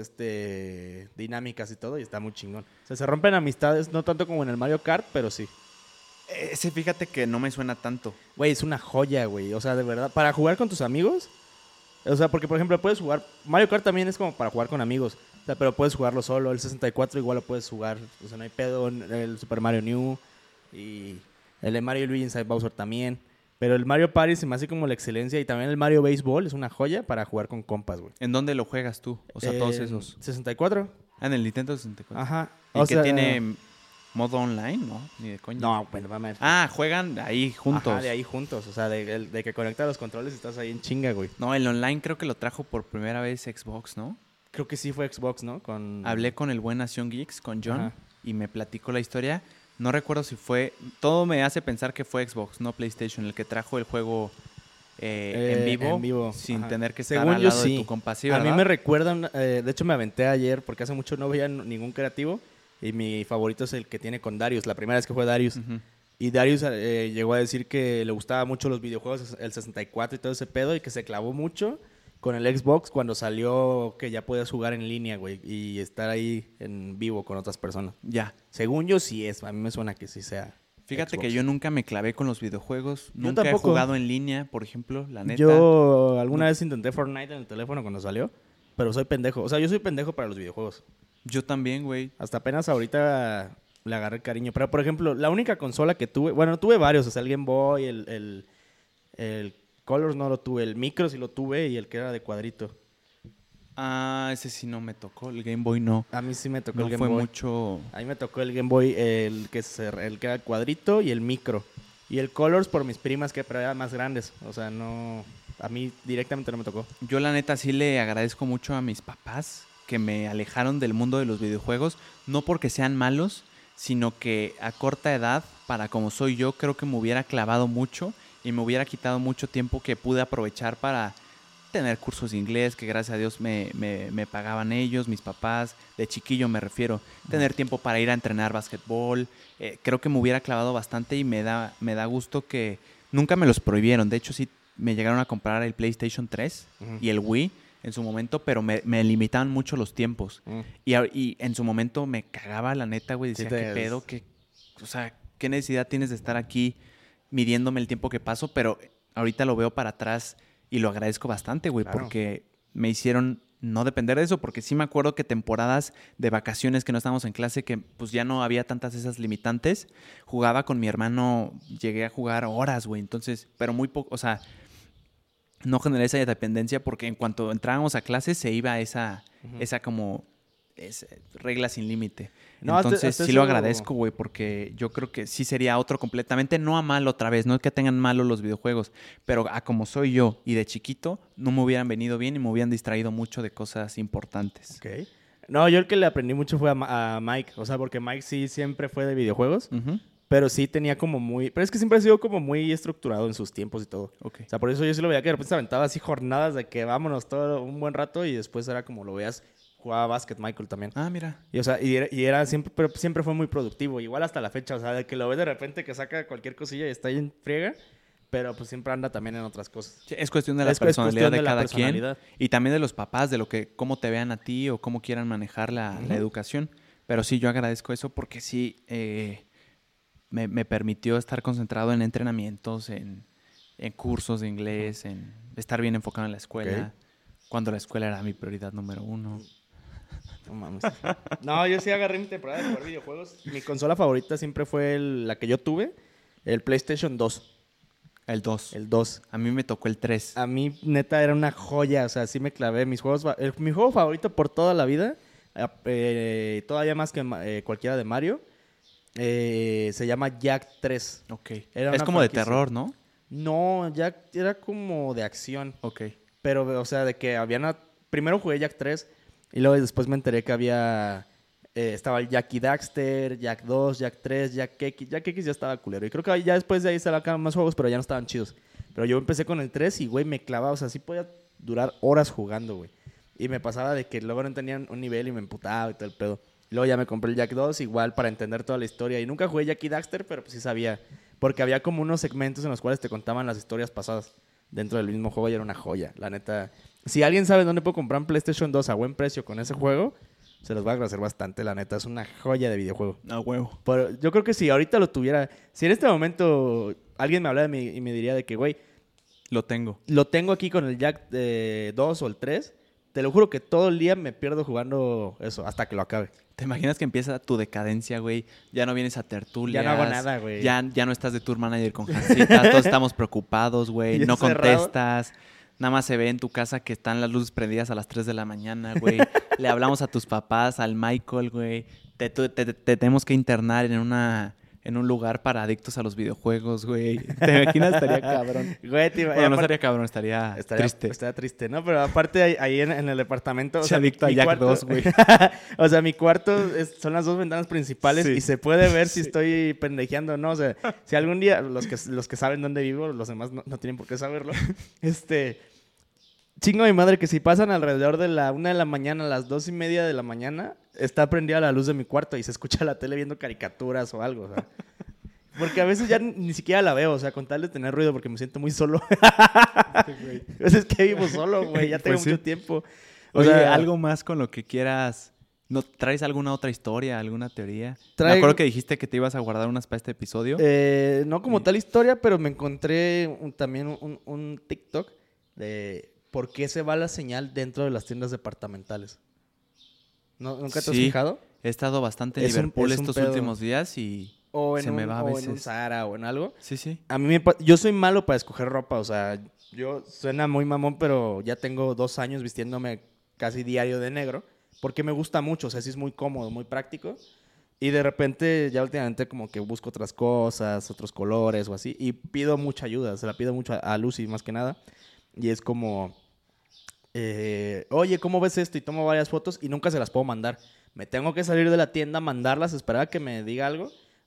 dinámicas y todo. Y está muy chingón. O sea, se rompen amistades, no tanto como en el Mario Kart, pero sí. Ese fíjate que no me suena tanto. Güey, es una joya, güey. O sea, de verdad. Para jugar con tus amigos. O sea, porque por ejemplo puedes jugar... Mario Kart también es como para jugar con amigos. O sea, pero puedes jugarlo solo. El 64 igual lo puedes jugar. O sea, no hay pedo. El Super Mario New. Y el de Mario Luigi Inside Bowser también. Pero el Mario Party se me hace como la excelencia. Y también el Mario Baseball es una joya para jugar con compas, güey. ¿En dónde lo juegas tú? O sea, todos esos. 64. Ah, en el Nintendo 64. Ajá. ¿Y O que sea, tiene modo online? No, ni de coña. No, bueno, vamos a ver. Ah, juegan ahí juntos. Ajá, de ahí juntos. O sea, de que conectas los controles y estás ahí en chinga, güey. No, el online creo que lo trajo por primera vez Xbox, ¿no? Creo que sí fue Xbox, ¿no? Hablé con el buen Nación Geeks, con John, Ajá. y me platicó la historia. No recuerdo si fue... Todo me hace pensar que fue Xbox, no PlayStation, el que trajo el juego en vivo sin ajá. tener que estar Según al yo, lado sí. de tu compa. Sí, a mí ¿verdad? me recuerdan, de hecho me aventé ayer porque hace mucho no veía ningún creativo y mi favorito es el que tiene con Darius, la primera vez que fue Darius. Ujú. Y Darius llegó a decir que le gustaba mucho los videojuegos, el 64 y todo ese pedo y que se clavó mucho con el Xbox cuando salió que ya podías jugar en línea, güey, y estar ahí en vivo con otras personas. Ya. Según yo sí es, a mí me suena que sí sea. Fíjate Xbox. que yo nunca me clavé con los videojuegos. Yo Nunca he tampoco. jugado en línea, por ejemplo, la neta. Yo alguna vez intenté Fortnite en el teléfono cuando salió, pero soy pendejo. O sea, yo soy pendejo para los videojuegos. Yo también, güey. Hasta apenas ahorita le agarré cariño. Pero, por ejemplo, la única consola que tuve... Bueno, tuve varios. O sea, el Game Boy, el Colors no lo tuve. El Micro sí lo tuve y el que era de cuadrito. Ah, ese sí no me tocó. El Game Boy no. A mí sí me tocó No el Game fue Boy. mucho... A mí me tocó el Game Boy, el que era el cuadrito y el Micro. Y el Colors por mis primas que pero eran más grandes. O sea, no... A mí directamente no me tocó. Yo la neta sí le agradezco mucho a mis papás que me alejaron del mundo de los videojuegos. No porque sean malos, sino que a corta edad, para como soy yo, creo que me hubiera clavado mucho y me hubiera quitado mucho tiempo que pude aprovechar para tener cursos de inglés, que gracias a Dios me pagaban ellos, mis papás, de chiquillo me refiero, tener tiempo para ir a entrenar básquetbol. Creo que me hubiera clavado bastante y me da gusto que nunca me los prohibieron. De hecho, sí me llegaron a comprar el PlayStation 3 Ujú. y el Wii en su momento, pero me limitaban mucho los tiempos. Y en su momento me cagaba la neta, güey. Decía, Sí ¿qué pedo? O sea, ¿qué necesidad tienes de estar aquí midiéndome el tiempo que paso? Pero ahorita lo veo para atrás y lo agradezco bastante, güey, Claro. porque me hicieron no depender de eso, porque sí me acuerdo que temporadas de vacaciones que no estábamos en clase, que pues ya no había tantas esas limitantes, jugaba con mi hermano, llegué a jugar horas, güey, entonces, pero muy poco, o sea, no generé esa dependencia porque en cuanto entrábamos a clases se iba esa como regla sin límite. No, Entonces hasta sí lo eso- agradezco, güey, porque yo creo que sí sería otro completamente, no a mal otra vez, no es que tengan malo los videojuegos, pero a como soy yo y de chiquito, no me hubieran venido bien y me hubieran distraído mucho de cosas importantes. Ok. No, yo el que le aprendí mucho fue a Mike. O sea, porque Mike sí siempre fue de videojuegos. Ujú. Pero sí tenía como muy... Pero es que siempre ha sido como muy estructurado en sus tiempos y todo. Ok. O sea, por eso yo sí lo veía que de repente se aventaba así jornadas de que vámonos todo un buen rato y después era como lo veías, jugaba básquet Michael también. Ah, mira. Y, o sea, y era siempre, pero siempre fue muy productivo. Igual hasta la fecha, o sea, de que lo ves de repente que saca cualquier cosilla y está ahí en friega, pero pues siempre anda también en otras cosas. Sí, es cuestión de la Es cuestión personalidad de de la cada personalidad. quien y también de los papás, de lo que cómo te vean a ti o cómo quieran manejar la educación. Pero sí, yo agradezco eso porque sí me permitió estar concentrado en entrenamientos, en cursos de inglés, en estar bien enfocado en la escuela, cuando la escuela era mi prioridad número 1. No mames. No, yo sí agarré mi temporada de jugar videojuegos. Mi consola favorita siempre fue la que yo tuve, el PlayStation 2. El 2. El 2. A mí me tocó el 3. A mí, neta, era una joya. O sea, sí me clavé. Mi juego favorito por toda la vida, todavía más que cualquiera de Mario, se llama Jak 3. Ok. Era Es una como de franquicia. terror, ¿no? No, Jak era como de acción. Ok. Pero, o sea, de que primero jugué Jak 3 y luego después me enteré que estaba el Jak y Daxter, Jak 2, Jak 3, Jak X. Jak X ya estaba culero. Y creo que ya después de ahí sacaron más juegos, pero ya no estaban chidos. Pero yo empecé con el 3 y, güey, me clavaba. O sea, sí podía durar horas jugando, güey. Y me pasaba de que luego no tenían un nivel y me emputaba y todo el pedo. Y luego ya me compré el Jak 2 igual para entender toda la historia. Y nunca jugué Jak y Daxter, pero pues sí sabía. Porque había como unos segmentos en los cuales te contaban las historias pasadas dentro del mismo juego y era una joya, la neta. Si alguien sabe dónde puedo comprar un PlayStation 2 a buen precio con ese juego, se los va a agradecer bastante, la neta. Es una joya de videojuego. A huevo. Pero yo creo que si ahorita lo tuviera, si en este momento alguien me hablara de mí y me diría de que, güey, Lo tengo. lo tengo aquí con el Jak 2 o el 3, te lo juro que todo el día me pierdo jugando eso hasta que lo acabe. ¿Te imaginas que empieza tu decadencia, güey? Ya no vienes a tertulias. Ya no hago nada, güey. Ya no estás de tour manager con Jancita. Todos estamos preocupados, güey. Ya No cerrado. contestas. Nada más se ve en tu casa que están las luces prendidas a las 3 de la mañana, güey. Le hablamos a tus papás, al Michael, güey. Te tenemos que internar en un lugar para adictos a los videojuegos, güey. ¿Te imaginas? Estaría cabrón. Güey, Bueno, no estaría cabrón, estaría triste. Estaría triste, ¿no? Pero aparte ahí en el departamento... Se adicto a mi Jak cuarto- 2, güey. O sea, mi cuarto son las dos ventanas principales Sí. y se puede ver si Sí. estoy pendejeando o no. O sea, si algún día, los que saben dónde vivo, los demás no tienen por qué saberlo, chingo mi madre que si pasan alrededor de la 1 de la mañana a las 2:30 de la mañana, está prendida la luz de mi cuarto y se escucha la tele viendo caricaturas o algo, o sea... Porque a veces ya ni siquiera la veo, o sea, con tal de tener ruido porque me siento muy solo. A veces que vivo solo, güey, ya tengo Pues sí. mucho tiempo. Oye, algo más con lo que quieras. ¿No traes alguna otra historia, alguna teoría? Me acuerdo que dijiste que te ibas a guardar unas para este episodio. No como tal historia, pero me encontré también un TikTok de por qué se va la señal dentro de las tiendas departamentales. ¿Nunca te has Sí. fijado? He estado bastante en Es un- Liverpool es un estos pedo. últimos días y O en se me va a o en un veces. Zara o en algo. Sí, sí. A mí yo soy malo para escoger ropa, o sea, yo suena muy mamón, pero ya tengo 2 años vistiéndome casi diario de negro, porque me gusta mucho, o sea, sí es muy cómodo, muy práctico. Y de repente, ya últimamente como que busco otras cosas, otros colores o así, y pido mucha ayuda, se la pido mucho a Lucy más que nada. Y es como, oye, ¿cómo ves esto? Y tomo varias fotos y nunca se las puedo mandar. Me tengo que salir de la tienda, mandarlas, esperar a que me diga algo,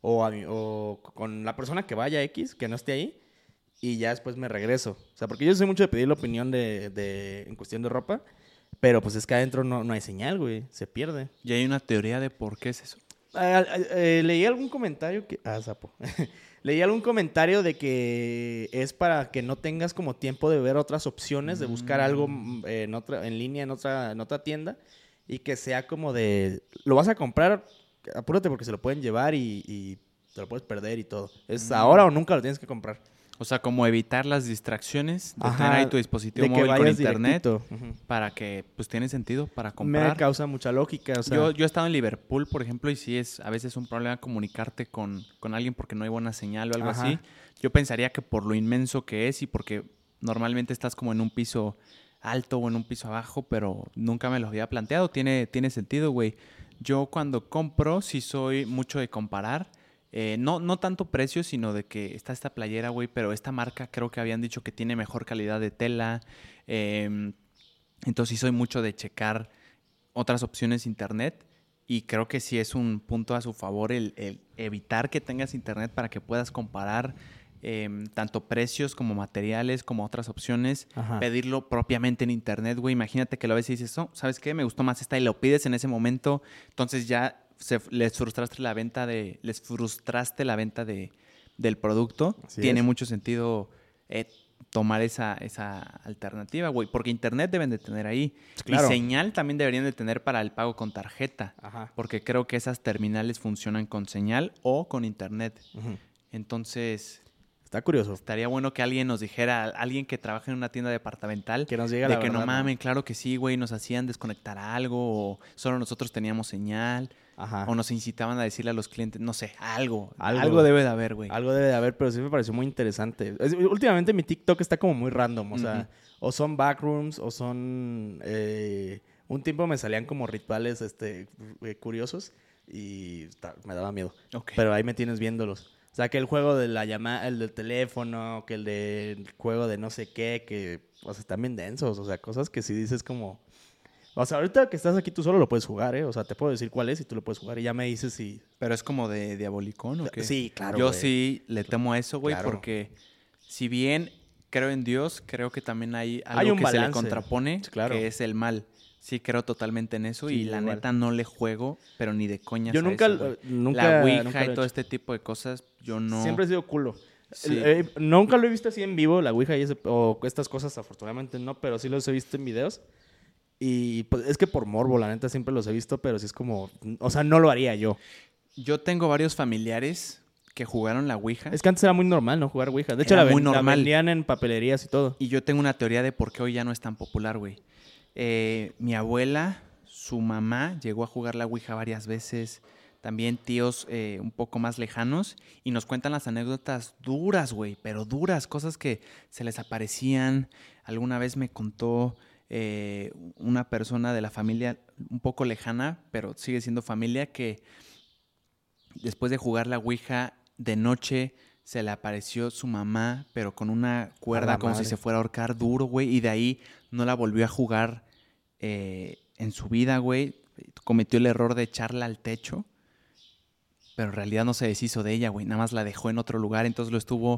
o con la persona que vaya X, que no esté ahí, y ya después me regreso. O sea, porque yo soy mucho de pedir la opinión en cuestión de ropa, pero pues es que adentro no hay señal, güey, se pierde. ¿Y hay una teoría de por qué es eso? Leí algún comentario que... Ah, sapo. Leí algún comentario de que es para que no tengas como tiempo de ver otras opciones, de buscar algo en línea, en otra tienda, y que sea como de... Lo vas a comprar, apúrate porque se lo pueden llevar y te lo puedes perder y todo. Es ahora o nunca lo tienes que comprar. O sea, como evitar las distracciones de Ajá, tener ahí tu dispositivo de que móvil con vayas internet directito. Ujú. para que, pues, tiene sentido para Me comprar. causa mucha lógica, o sea... Yo he estado en Liverpool, por ejemplo, y sí es a veces un problema comunicarte con alguien porque no hay buena señal o algo Ajá. así. Yo pensaría que por lo inmenso que es y porque normalmente estás como en un piso alto o en un piso abajo, pero nunca me lo había planteado. Tiene sentido, güey. Yo cuando compro sí soy mucho de comparar. No tanto precio, sino de que está esta playera, güey, pero esta marca creo que habían dicho que tiene mejor calidad de tela. Entonces sí soy mucho de checar otras opciones internet. Y creo que sí es un punto a su favor el evitar que tengas internet para que puedas comparar tanto precios como materiales como otras opciones. Ajá. Pedirlo propiamente en internet, güey. Imagínate que lo ves y dices, oh, ¿sabes qué? Me gustó más esta y lo pides en ese momento. Entonces ya les frustraste la venta del producto. Así Tiene es. mucho sentido tomar esa alternativa, güey. Porque internet deben de tener ahí. Claro. Y señal también deberían de tener para el pago con tarjeta. Ajá. Porque creo que esas terminales funcionan con señal o con internet. Ujú. Entonces, Está curioso. estaría bueno que alguien nos dijera, alguien que trabaja en una tienda departamental, Que nos diga de la que no verdad, mamen, claro que sí, güey, nos hacían desconectar algo, o solo nosotros teníamos señal, Ajá. o nos incitaban a decirle a los clientes, no sé, algo Algo. debe de haber, güey. Algo debe de haber, pero sí me pareció muy interesante. Últimamente mi TikTok está como muy random, o sea, o son backrooms, o son... un tiempo me salían como rituales curiosos y me daba miedo. Ok. Pero ahí me tienes viéndolos. O sea, que el juego de la llamada, el del teléfono, que el del juego de no sé qué, que, o sea, están bien densos. O sea, cosas que si dices como... O sea, ahorita que estás aquí tú solo lo puedes jugar, ¿eh? O sea, te puedo decir cuál es y tú lo puedes jugar y ya me dices si... Pero es como de diabolicón, ¿o qué? Sí, claro, Yo güey. sí le temo a eso, güey, Claro. porque si bien creo en Dios, creo que también hay algo Hay un que se le balance. contrapone, Sí, claro. que es el mal. Sí, creo totalmente en eso Sí, y la igual. neta no le juego, pero ni de coñas Yo a nunca, eso, güey. nunca... La Ouija nunca lo y he todo hecho. este tipo de cosas, yo no... Siempre he sido culo. Sí. Nunca lo he visto así en vivo, la Ouija o estas cosas, afortunadamente no, pero sí los he visto en videos. Y pues es que por morbo, la neta, siempre los he visto, pero sí es como... O sea, no lo haría yo. Yo tengo varios familiares que jugaron la Ouija Es que antes era muy normal, ¿no? Jugar Ouija. De hecho, Era la muy normal. vendían en papelerías y todo. y yo tengo una teoría de por qué hoy ya no es tan popular, güey. Mi abuela, su mamá, llegó a jugar la Ouija varias veces. También tíos un poco más lejanos. Y nos cuentan las anécdotas duras, güey. Pero duras, cosas que se les aparecían. Alguna vez me contó una persona de la familia un poco lejana, pero sigue siendo familia, que después de jugar la Ouija de noche se le apareció su mamá, pero con una cuerda la como si madre. se fuera a ahorcar duro, güey. Y de ahí no la volvió a jugar en su vida, güey. Cometió el error de echarla al techo, pero en realidad no se deshizo de ella, güey. Nada más la dejó en otro lugar. Entonces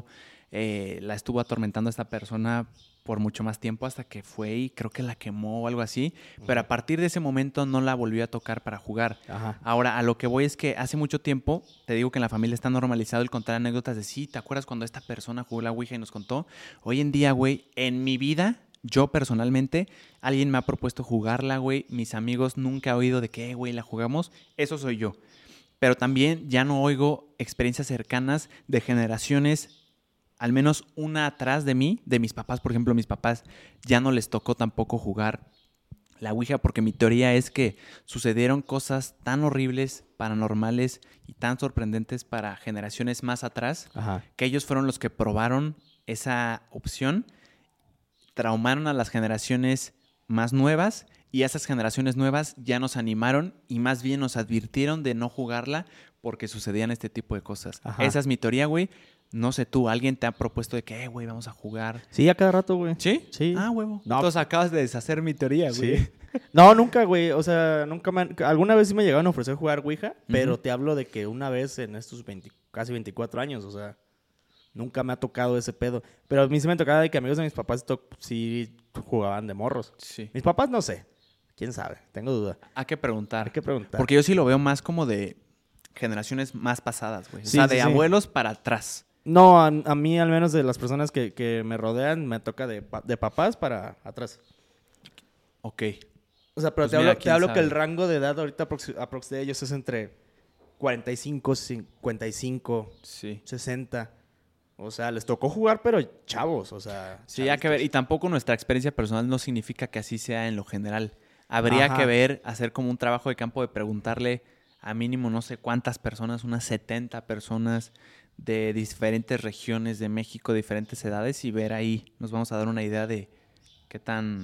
la estuvo atormentando a esta persona por mucho más tiempo hasta que fue y creo que la quemó o algo así. Pero a partir de ese momento no la volvió a tocar para jugar. Ajá. Ahora, a lo que voy es que hace mucho tiempo, te digo que en la familia está normalizado el contar anécdotas de sí, ¿te acuerdas cuando esta persona jugó la Ouija y nos contó? Hoy en día, güey, en mi vida, yo personalmente, alguien me ha propuesto jugarla, güey. Mis amigos nunca han oído de que, güey, la jugamos. Eso soy yo. Pero también ya no oigo experiencias cercanas de generaciones, al menos una atrás de mí, de mis papás, por ejemplo, mis papás ya no les tocó tampoco jugar la Ouija porque mi teoría es que sucedieron cosas tan horribles, paranormales y tan sorprendentes para generaciones más atrás, Ajá. que ellos fueron los que probaron esa opción, traumaron a las generaciones más nuevas y esas generaciones nuevas ya nos animaron y más bien nos advirtieron de no jugarla porque sucedían este tipo de cosas. Ajá. Esa es mi teoría, güey. No sé tú, ¿alguien te ha propuesto de que, güey, vamos a jugar? Sí, a cada rato, güey. ¿Sí? Sí. Ah, huevo. No. Entonces acabas de deshacer mi teoría, güey. Sí. No, nunca, güey. O sea, nunca alguna vez sí me llegaron a ofrecer jugar Ouija, pero Ujú. te hablo de que una vez en estos casi 24 años, o sea, nunca me ha tocado ese pedo. Pero a mí sí me tocaba de que amigos de mis papás sí jugaban de morros. Sí. Mis papás no sé. ¿Quién sabe? Tengo duda. Hay que preguntar. Hay que preguntar. Porque yo sí lo veo más como de generaciones más pasadas, güey. O Sí, sea, sí, de sí. abuelos para atrás. No, a mí al menos de las personas que me rodean, me toca de papás para atrás. Ok. O sea, pero Pues te mira, hablo quién que sabe. el rango de edad ahorita aprox de ellos es entre 45, 55, Sí. 60. O sea, les tocó jugar, pero chavos, o sea. Sí, hay que ver. Y tampoco nuestra experiencia personal no significa que así sea en lo general. Habría Ajá. que ver, hacer como un trabajo de campo de preguntarle a mínimo no sé cuántas personas, unas 70 personas de diferentes regiones de México, diferentes edades, y ver ahí, nos vamos a dar una idea de qué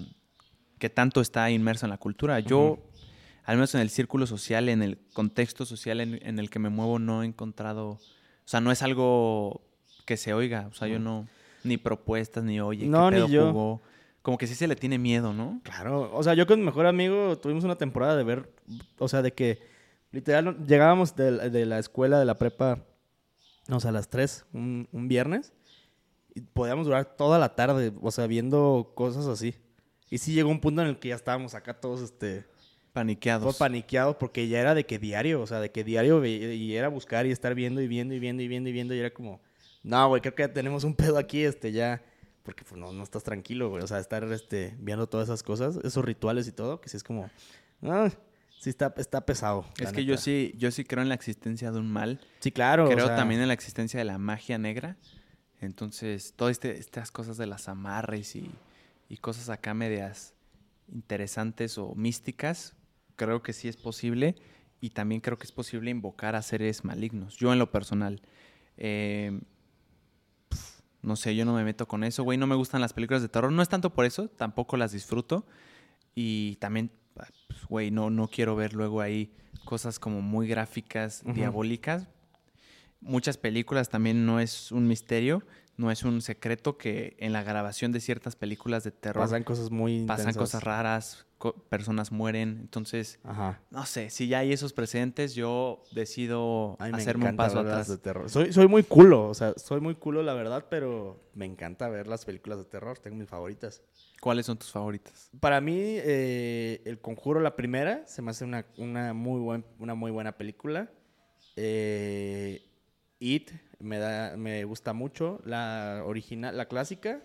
tanto está inmerso en la cultura. Yo, al menos en el círculo social, en el contexto social en el que me muevo, no he encontrado, o sea, no es algo que se oiga, o sea, yo no, ni propuestas, ni oye, No, qué ni pedo yo. jugó. Como que sí se le tiene miedo, ¿no? Claro, o sea, yo con mi mejor amigo tuvimos una temporada de ver, o sea, de que literal llegábamos de la escuela, de la prepa, o sea, a las 3, un viernes, y podíamos durar toda la tarde, o sea, viendo cosas así. Y sí llegó un punto en el que ya estábamos acá todos, todos Paniqueados. paniqueados, porque ya era de que diario, o sea, de que diario y era buscar y estar viendo y viendo y viendo y viendo y viendo, y era como, no, güey, creo que ya tenemos un pedo aquí, ya, porque pues no estás tranquilo, güey, o sea, estar, viendo todas esas cosas, esos rituales y todo, que sí es como, ah, sí está pesado. Es la que neta. yo sí creo en la existencia de un mal. Sí, claro, Creo o sea, también en la existencia de la magia negra. Entonces, todas estas cosas de las amarres y cosas acá medias interesantes o místicas, creo que sí es posible. Y también creo que es posible invocar a seres malignos. Yo en lo personal. Eh, no sé, yo no me meto con eso, güey. No me gustan las películas de terror. No es tanto por eso, tampoco las disfruto. Y también, pues, güey, no quiero ver luego ahí cosas como muy gráficas, Ujú. diabólicas. Muchas películas también no es un misterio, no es un secreto que en la grabación de ciertas películas de terror pasan cosas muy pasan intensas. cosas raras, personas mueren. Entonces, Ajá. no sé, si ya hay esos precedentes, yo decido A mí me hacerme un encanta paso ver las de atrás. terror. Soy muy culo, o sea, soy muy culo la verdad, pero me encanta ver las películas de terror. Tengo mis favoritas. ¿Cuáles son tus favoritas? Para mí, El Conjuro, la primera, se me hace una muy buena película. It me gusta mucho. La original, la clásica.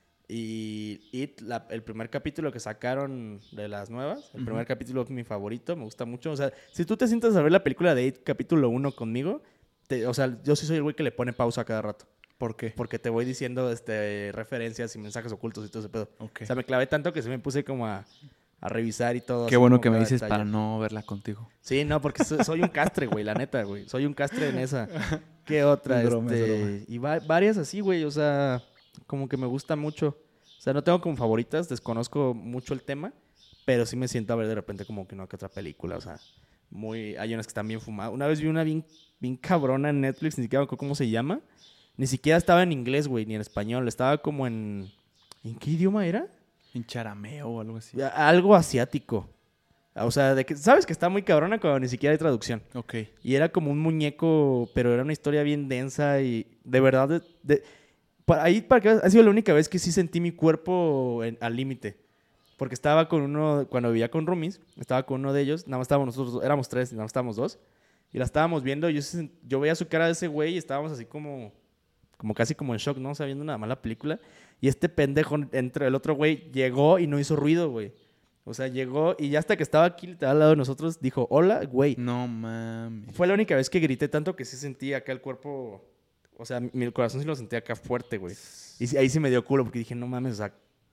Y It, el primer capítulo que sacaron de las nuevas, el primer capítulo es mi favorito, me gusta mucho. O sea, si tú te sientas a ver la película de It, capítulo 1 conmigo, o sea, yo sí soy el güey que le pone pausa a cada rato. ¿Por qué? Porque te voy diciendo referencias y mensajes ocultos y todo ese pedo. Ok. O sea, me clavé tanto que sí me puse como a revisar y todo. Qué así bueno como que me cada dices detalle. para no verla contigo. Sí, no, porque soy un castre, güey, la neta, güey. Soy un castre en esa. ¿Qué otra? Es broma, es broma. Y varias así, güey, o sea, como que me gusta mucho. O sea, no tengo como favoritas, desconozco mucho el tema, pero sí me siento a ver de repente como que no, que otra película, o sea, hay unas que están bien fumadas. Una vez vi una bien cabrona en Netflix, ni siquiera me acuerdo cómo se llama. Ni siquiera estaba en inglés, güey, ni en español, estaba como ¿en qué idioma era? En charameo o algo así. Algo asiático. O sea, sabes que está muy cabrona cuando ni siquiera hay traducción. Ok. Y era como un muñeco, pero era una historia bien densa y de verdad, para que ha sido la única vez que sí sentí mi cuerpo al límite. Porque estaba con cuando vivía con roomies, estaba con uno de ellos, nada más estábamos nosotros, éramos tres, nada más estábamos dos. Y la estábamos viendo, yo veía su cara de ese güey y estábamos así como casi como en shock, ¿no? Sabiendo nada más la película. Y este pendejo, entre el otro güey, llegó y no hizo ruido, güey. O sea, llegó y ya hasta que estaba aquí al lado de nosotros, dijo, hola, güey. No mames. Fue la única vez que grité tanto que sí sentí acá el cuerpo, o sea, mi corazón sí lo sentía acá fuerte, güey. Y ahí sí me dio culo porque dije, no mames, o sea,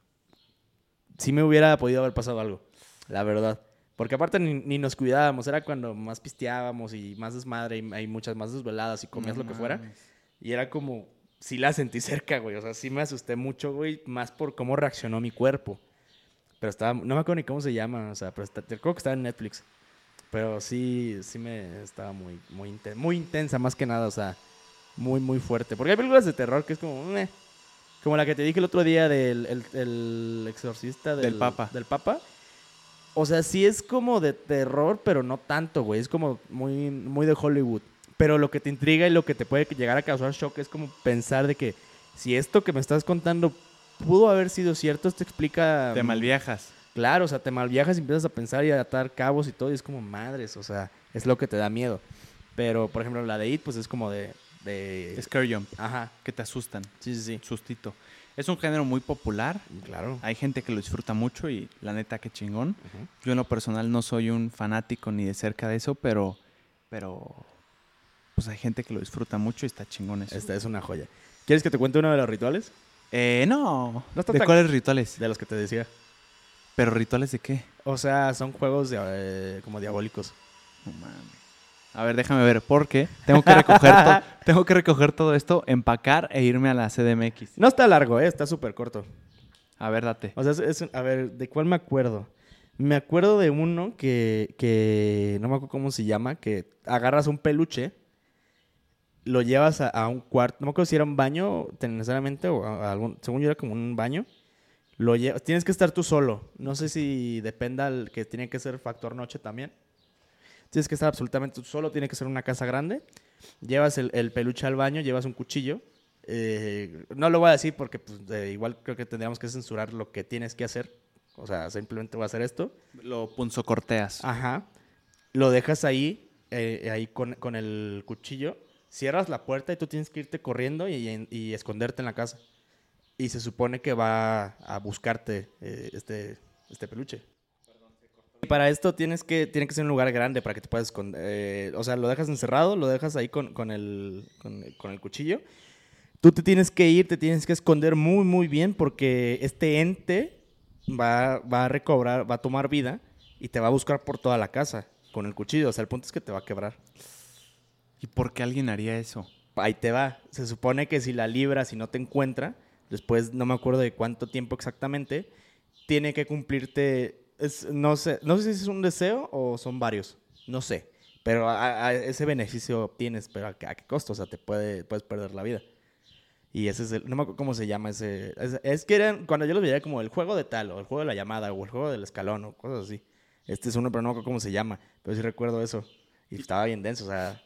sí me hubiera podido haber pasado algo, la verdad. Porque aparte ni nos cuidábamos, era cuando más pisteábamos y más desmadre y hay muchas más desveladas y comías No lo que fuera. mames. Y era como, sí la sentí cerca, güey, o sea, sí me asusté mucho, güey, más por cómo reaccionó mi cuerpo. Pero no me acuerdo ni cómo se llama, o sea, pero te acuerdo que estaba en Netflix. Pero sí me estaba muy intensa más que nada, o sea, muy fuerte. Porque hay películas de terror que es como la que te dije el otro día el exorcista Del Papa. Del Papa. O sea, sí es como de terror, pero no tanto, güey. Es como muy de Hollywood. Pero lo que te intriga y lo que te puede llegar a causar shock es como pensar de que si esto que me estás contando pudo haber sido cierto, esto explica... Te malviajas. Claro, o sea, te malviajas y empiezas a pensar y a atar cabos y todo, y es como madres, o sea, es lo que te da miedo. Pero, por ejemplo, la de It, pues es como de... Scare jump. Ajá, Que te asustan. sí, Sustito. Es un género muy popular. claro. Hay gente que lo disfruta mucho y la neta, qué chingón. Ujú. Yo en lo personal no soy un fanático ni de cerca de eso, pero pues hay gente que lo disfruta mucho y está chingón eso. Esta es una joya. ¿Quieres que te cuente uno de los rituales? No. No está ¿De tan- cuáles rituales? De los que te decía. ¿Pero rituales de qué? O sea, son juegos como diabólicos. No mames. A ver, déjame ver, porque tengo que recoger todo esto, empacar e irme a la CDMX. No está largo, está súper corto. A ver, date. O sea, a ver, ¿de cuál me acuerdo? Me acuerdo de uno que no me acuerdo cómo se llama, que agarras un peluche, lo llevas a un cuarto, no me acuerdo si era un baño necesariamente o según yo era como un baño, Tienes que estar tú solo. No sé si dependa que tiene que ser factor noche también. Tienes que estar absolutamente tú solo, tiene que ser una casa grande. Llevas el peluche al baño, llevas un cuchillo. No lo voy a decir porque pues, igual creo que tendríamos que censurar lo que tienes que hacer. O sea, simplemente voy a hacer esto. Lo punzocorteas. Ajá. Lo dejas ahí con el cuchillo. Cierras la puerta y tú tienes que irte corriendo y esconderte en la casa. Y se supone que va a buscarte este peluche. Y para esto tiene que ser un lugar grande para que te puedas esconder. O sea, lo dejas encerrado, lo dejas ahí con el cuchillo. Tú te tienes que ir, te tienes que esconder muy, muy bien porque este ente va a recobrar, va a tomar vida y te va a buscar por toda la casa con el cuchillo. O sea, el punto es que te va a quebrar. ¿Y por qué alguien haría eso? Ahí te va. Se supone que si la libras y no te encuentra, después no me acuerdo de cuánto tiempo exactamente, tiene que cumplirte... no sé si es un deseo o son varios. No sé. Pero ese beneficio obtienes, pero ¿a qué costo? O sea, puedes perder la vida. Y ese es no me acuerdo cómo se llama ese. Es que eran, cuando yo los veía como el juego de tal, o el juego de la llamada, o el juego del escalón, o cosas así. Este es uno, pero no me acuerdo cómo se llama. Pero sí recuerdo eso. Y estaba bien denso, o sea,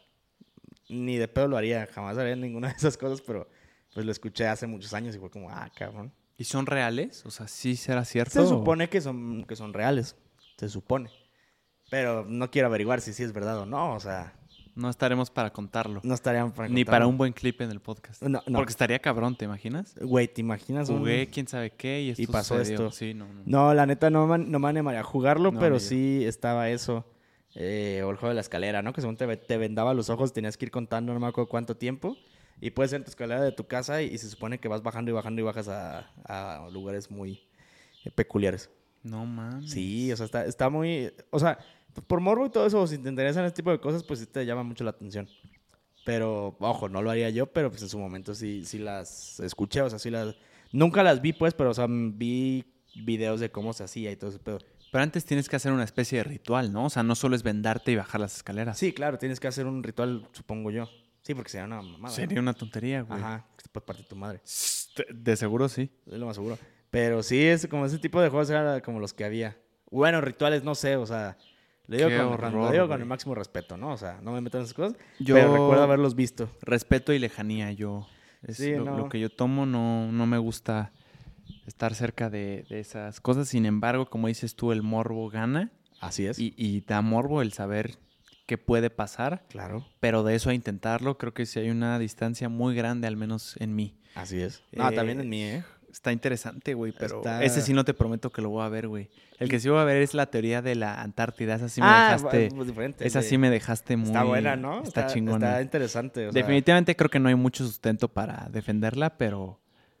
ni de pedo lo haría. Jamás haría ninguna de esas cosas, pero pues lo escuché hace muchos años y fue como, cabrón. ¿Y son reales? O sea, ¿sí será cierto? Se supone que son reales. Se supone. Pero no quiero averiguar si sí es verdad o no, o sea... No estaremos para contarlo. No estaríamos para contarlo. Ni para un buen clip en el podcast. No. Porque estaría cabrón, ¿te imaginas? Güey, ¿te imaginas? Jugué quién sabe qué y pasó sucedió. esto. Sí, no. No, la neta no me animaría a jugarlo, No, pero ni yo. sí estaba eso. O el juego de la escalera, ¿no? Que según te vendaba los ojos, tenías que ir contando no me acuerdo cuánto tiempo. Y puedes ir en tu escalera de tu casa y se supone que vas bajando y bajando y bajas a lugares muy peculiares. No mames. Sí, o sea, está muy... O sea, por morbo y todo eso, si te interesan este tipo de cosas, pues sí te llama mucho la atención. Pero, ojo, no lo haría yo, pero pues en su momento sí las escuché, o sea, sí las... Nunca las vi, pues, pero, o sea, vi videos de cómo se hacía y todo ese pedo. Pero antes tienes que hacer una especie de ritual, ¿no? O sea, no solo es vendarte y bajar las escaleras. Sí, claro, tienes que hacer un ritual, supongo yo. Sí, porque sería una mamada. Sería una tontería, güey. Ajá, que te puede partir tu madre. De seguro sí. Es lo más seguro. Pero sí, es como ese tipo de juegos era como los que había. Bueno, rituales, no sé, o sea... Lo digo con el máximo respeto, ¿no? O sea, no me meto en esas cosas, pero recuerdo haberlos visto. Respeto y lejanía, Sí, lo que yo tomo, no me gusta estar cerca de esas cosas. Sin embargo, como dices tú, el morbo gana. Así es. Y da morbo el saber qué puede pasar. Claro. Pero de eso a intentarlo, creo que sí hay una distancia muy grande, al menos en mí. Así es. No, también en mí, ¿eh? Está interesante, güey, pero ese sí no te prometo que lo voy a ver, güey. El que sí voy a ver es la teoría de la Antártida. Esa sí me dejaste... Pues diferente. Esa sí me dejaste muy... Está buena, ¿no? Está chingona. Está interesante. O Definitivamente creo que no hay mucho sustento para defenderla, pero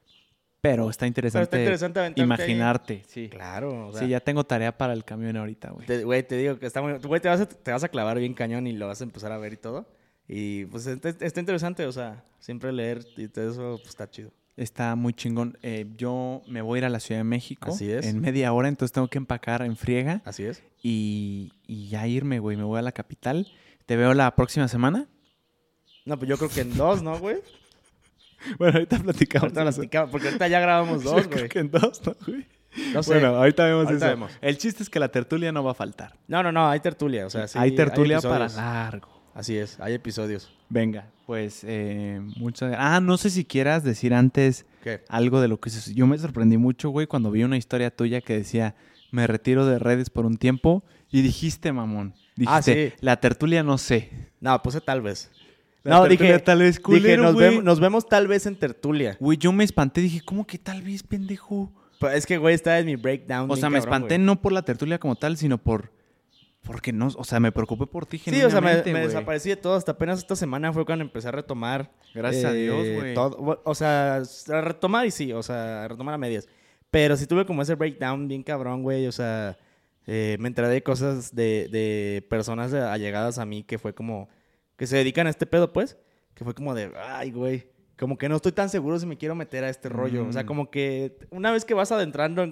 está interesante, imaginarte. Ahí. Sí. Claro. O sea, sí, ya tengo tarea para el camión ahorita, güey. Güey, te digo que está muy... Güey, te vas a clavar bien cañón y lo vas a empezar a ver y todo. Y pues está interesante, o sea, siempre leer y todo eso pues, está chido. Está muy chingón. Yo me voy a ir a la Ciudad de México. Así es. En media hora, entonces tengo que empacar en friega. Así es. Y ya irme, güey. Me voy a la capital. ¿Te veo la próxima semana? No, pues yo creo que en 2, ¿no, güey? Bueno, ahorita platicamos. Porque ahorita ya grabamos 2, güey. Creo que en 2, ¿no, güey? No sé. Bueno, ahorita vemos Ahorita eso. vemos. El chiste es que la tertulia no va a faltar. No, hay tertulia, o sea, sí. Hay tertulia hay para largo. Así es, hay episodios. Venga, pues muchas... no sé si quieras decir antes algo de lo que se... Yo me sorprendí mucho, güey, cuando vi una historia tuya que decía, me retiro de redes por un tiempo, y dijiste, mamón, dijiste, sí. La tertulia no sé. No, puse tal vez. Dije, tal vez culero, dije, nos vemos tal vez en tertulia. Güey, yo me espanté, dije, ¿cómo que tal vez, pendejo? Pues es que, güey, esta es mi breakdown. O sea, me espanté no por la tertulia como tal, sino porque no, o sea, me preocupé por ti genuinamente. Sí, o sea, me desaparecí de todo. Hasta apenas esta semana fue cuando empecé a retomar. Gracias a Dios, güey. O sea, a retomar y sí, o sea, a retomar a medias. Pero sí tuve como ese breakdown bien cabrón, güey. O sea, me enteré de cosas de personas allegadas a mí que fue como... Que se dedican a este pedo, pues. Que fue como de, ay, güey. Como que no estoy tan seguro si me quiero meter a este rollo. O sea, como que una vez que vas adentrando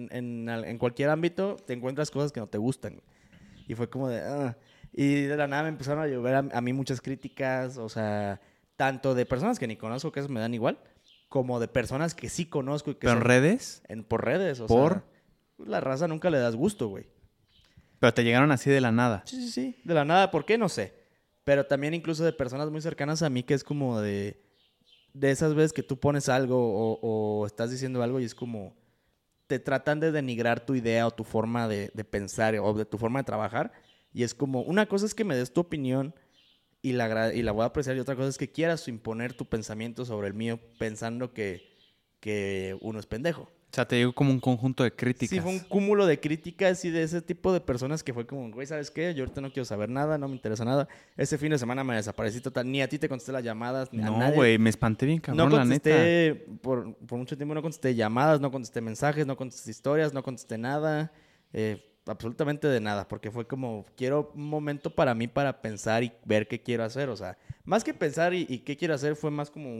en cualquier ámbito, te encuentras cosas que no te gustan. Y fue como de... Y de la nada me empezaron a llover a mí muchas críticas, o sea, tanto de personas que ni conozco, que eso me dan igual, como de personas que sí conozco y que ¿Pero en son redes? por redes, o ¿Por? sea, la raza nunca le das gusto, güey. Pero te llegaron así de la nada. Sí, de la nada, ¿por qué? No sé. Pero también incluso de personas muy cercanas a mí que es como de esas veces que tú pones algo o estás diciendo algo y es como te tratan de denigrar tu idea o tu forma de pensar o de tu forma de trabajar y es como, una cosa es que me des tu opinión y la voy a apreciar y otra cosa es que quieras imponer tu pensamiento sobre el mío pensando que uno es pendejo. O sea, te llegó como un conjunto de críticas. Sí, fue un cúmulo de críticas y de ese tipo de personas que fue como, güey, ¿sabes qué? Yo ahorita no quiero saber nada, no me interesa nada. Ese fin de semana me desaparecí total. Ni a ti te contesté las llamadas, ni a No, nadie. güey, me espanté bien cabrón, No la neta. contesté, por mucho tiempo no contesté llamadas, no contesté mensajes, no contesté historias, no contesté nada. Absolutamente de nada, porque fue como, quiero un momento para mí para pensar y ver qué quiero hacer. O sea, más que pensar y qué quiero hacer, fue más como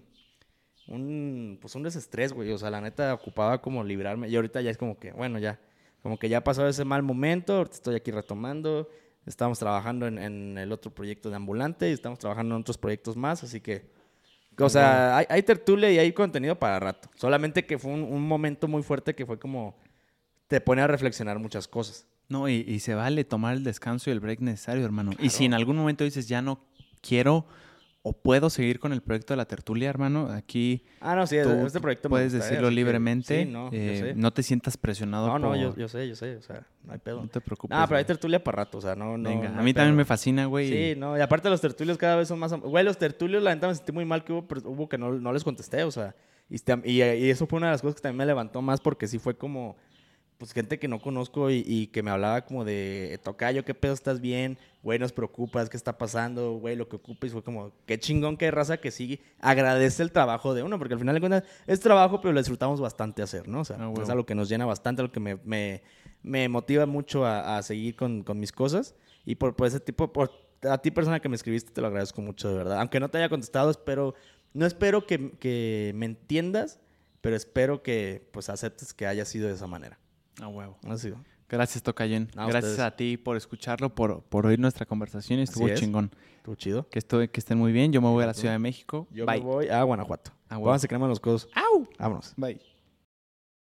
pues un desestrés, güey. O sea, la neta ocupaba como librarme. Y ahorita ya es como que, bueno, ya. Como que ya pasó ese mal momento. Ahorita estoy aquí retomando. Estamos trabajando en el otro proyecto de Ambulante. Y estamos trabajando en otros proyectos más. Así que, o sea, hay tertulia y hay contenido para rato. Solamente que fue un momento muy fuerte que fue como, te pone a reflexionar muchas cosas. No, y se vale tomar el descanso y el break necesario, hermano. Claro. Y si en algún momento dices, ya no quiero o puedo seguir con el proyecto de la tertulia, hermano, aquí No, sí, tú este proyecto me puedes gusta, decirlo así que, libremente. sí, no, yo sé. No te sientas presionado No, por... yo sé, o sea, no hay pedo. No te preocupes. Pero hay güey. tertulia para rato, o sea, no. Venga, no a hay mí pedo. también me fascina, güey. Sí, no, y aparte los tertulios cada vez son más... Güey, los tertulios, la neta me sentí muy mal que hubo que no les contesté, o sea, y eso fue una de las cosas que también me levantó más porque sí fue como, pues, gente que no conozco y que me hablaba como de, tocayo, ¿qué pedo, estás bien? Güey, nos preocupas, ¿qué está pasando? Güey, lo que ocupes, fue como, qué chingón, qué raza que sigue, agradece el trabajo de uno, porque al final de cuentas es trabajo, pero lo disfrutamos bastante hacer, ¿no? O sea, es algo que nos llena bastante, algo que me motiva mucho a seguir con mis cosas. Y por ese tipo, a ti persona que me escribiste, te lo agradezco mucho, de verdad. Aunque no te haya contestado, no espero que me entiendas, pero espero que pues aceptes que haya sido de esa manera. A huevo. Ha sido. Gracias, Tocayen. No, Gracias ustedes. a ti por escucharlo, por oír nuestra conversación. Estuvo Así es. chingón. Estuvo chido. Que estén muy bien. Yo me voy a la tú. Ciudad de México. Yo Bye. me voy a Guanajuato. A huevo. Pónganse crema en los codos. ¡Au! Vámonos. Bye.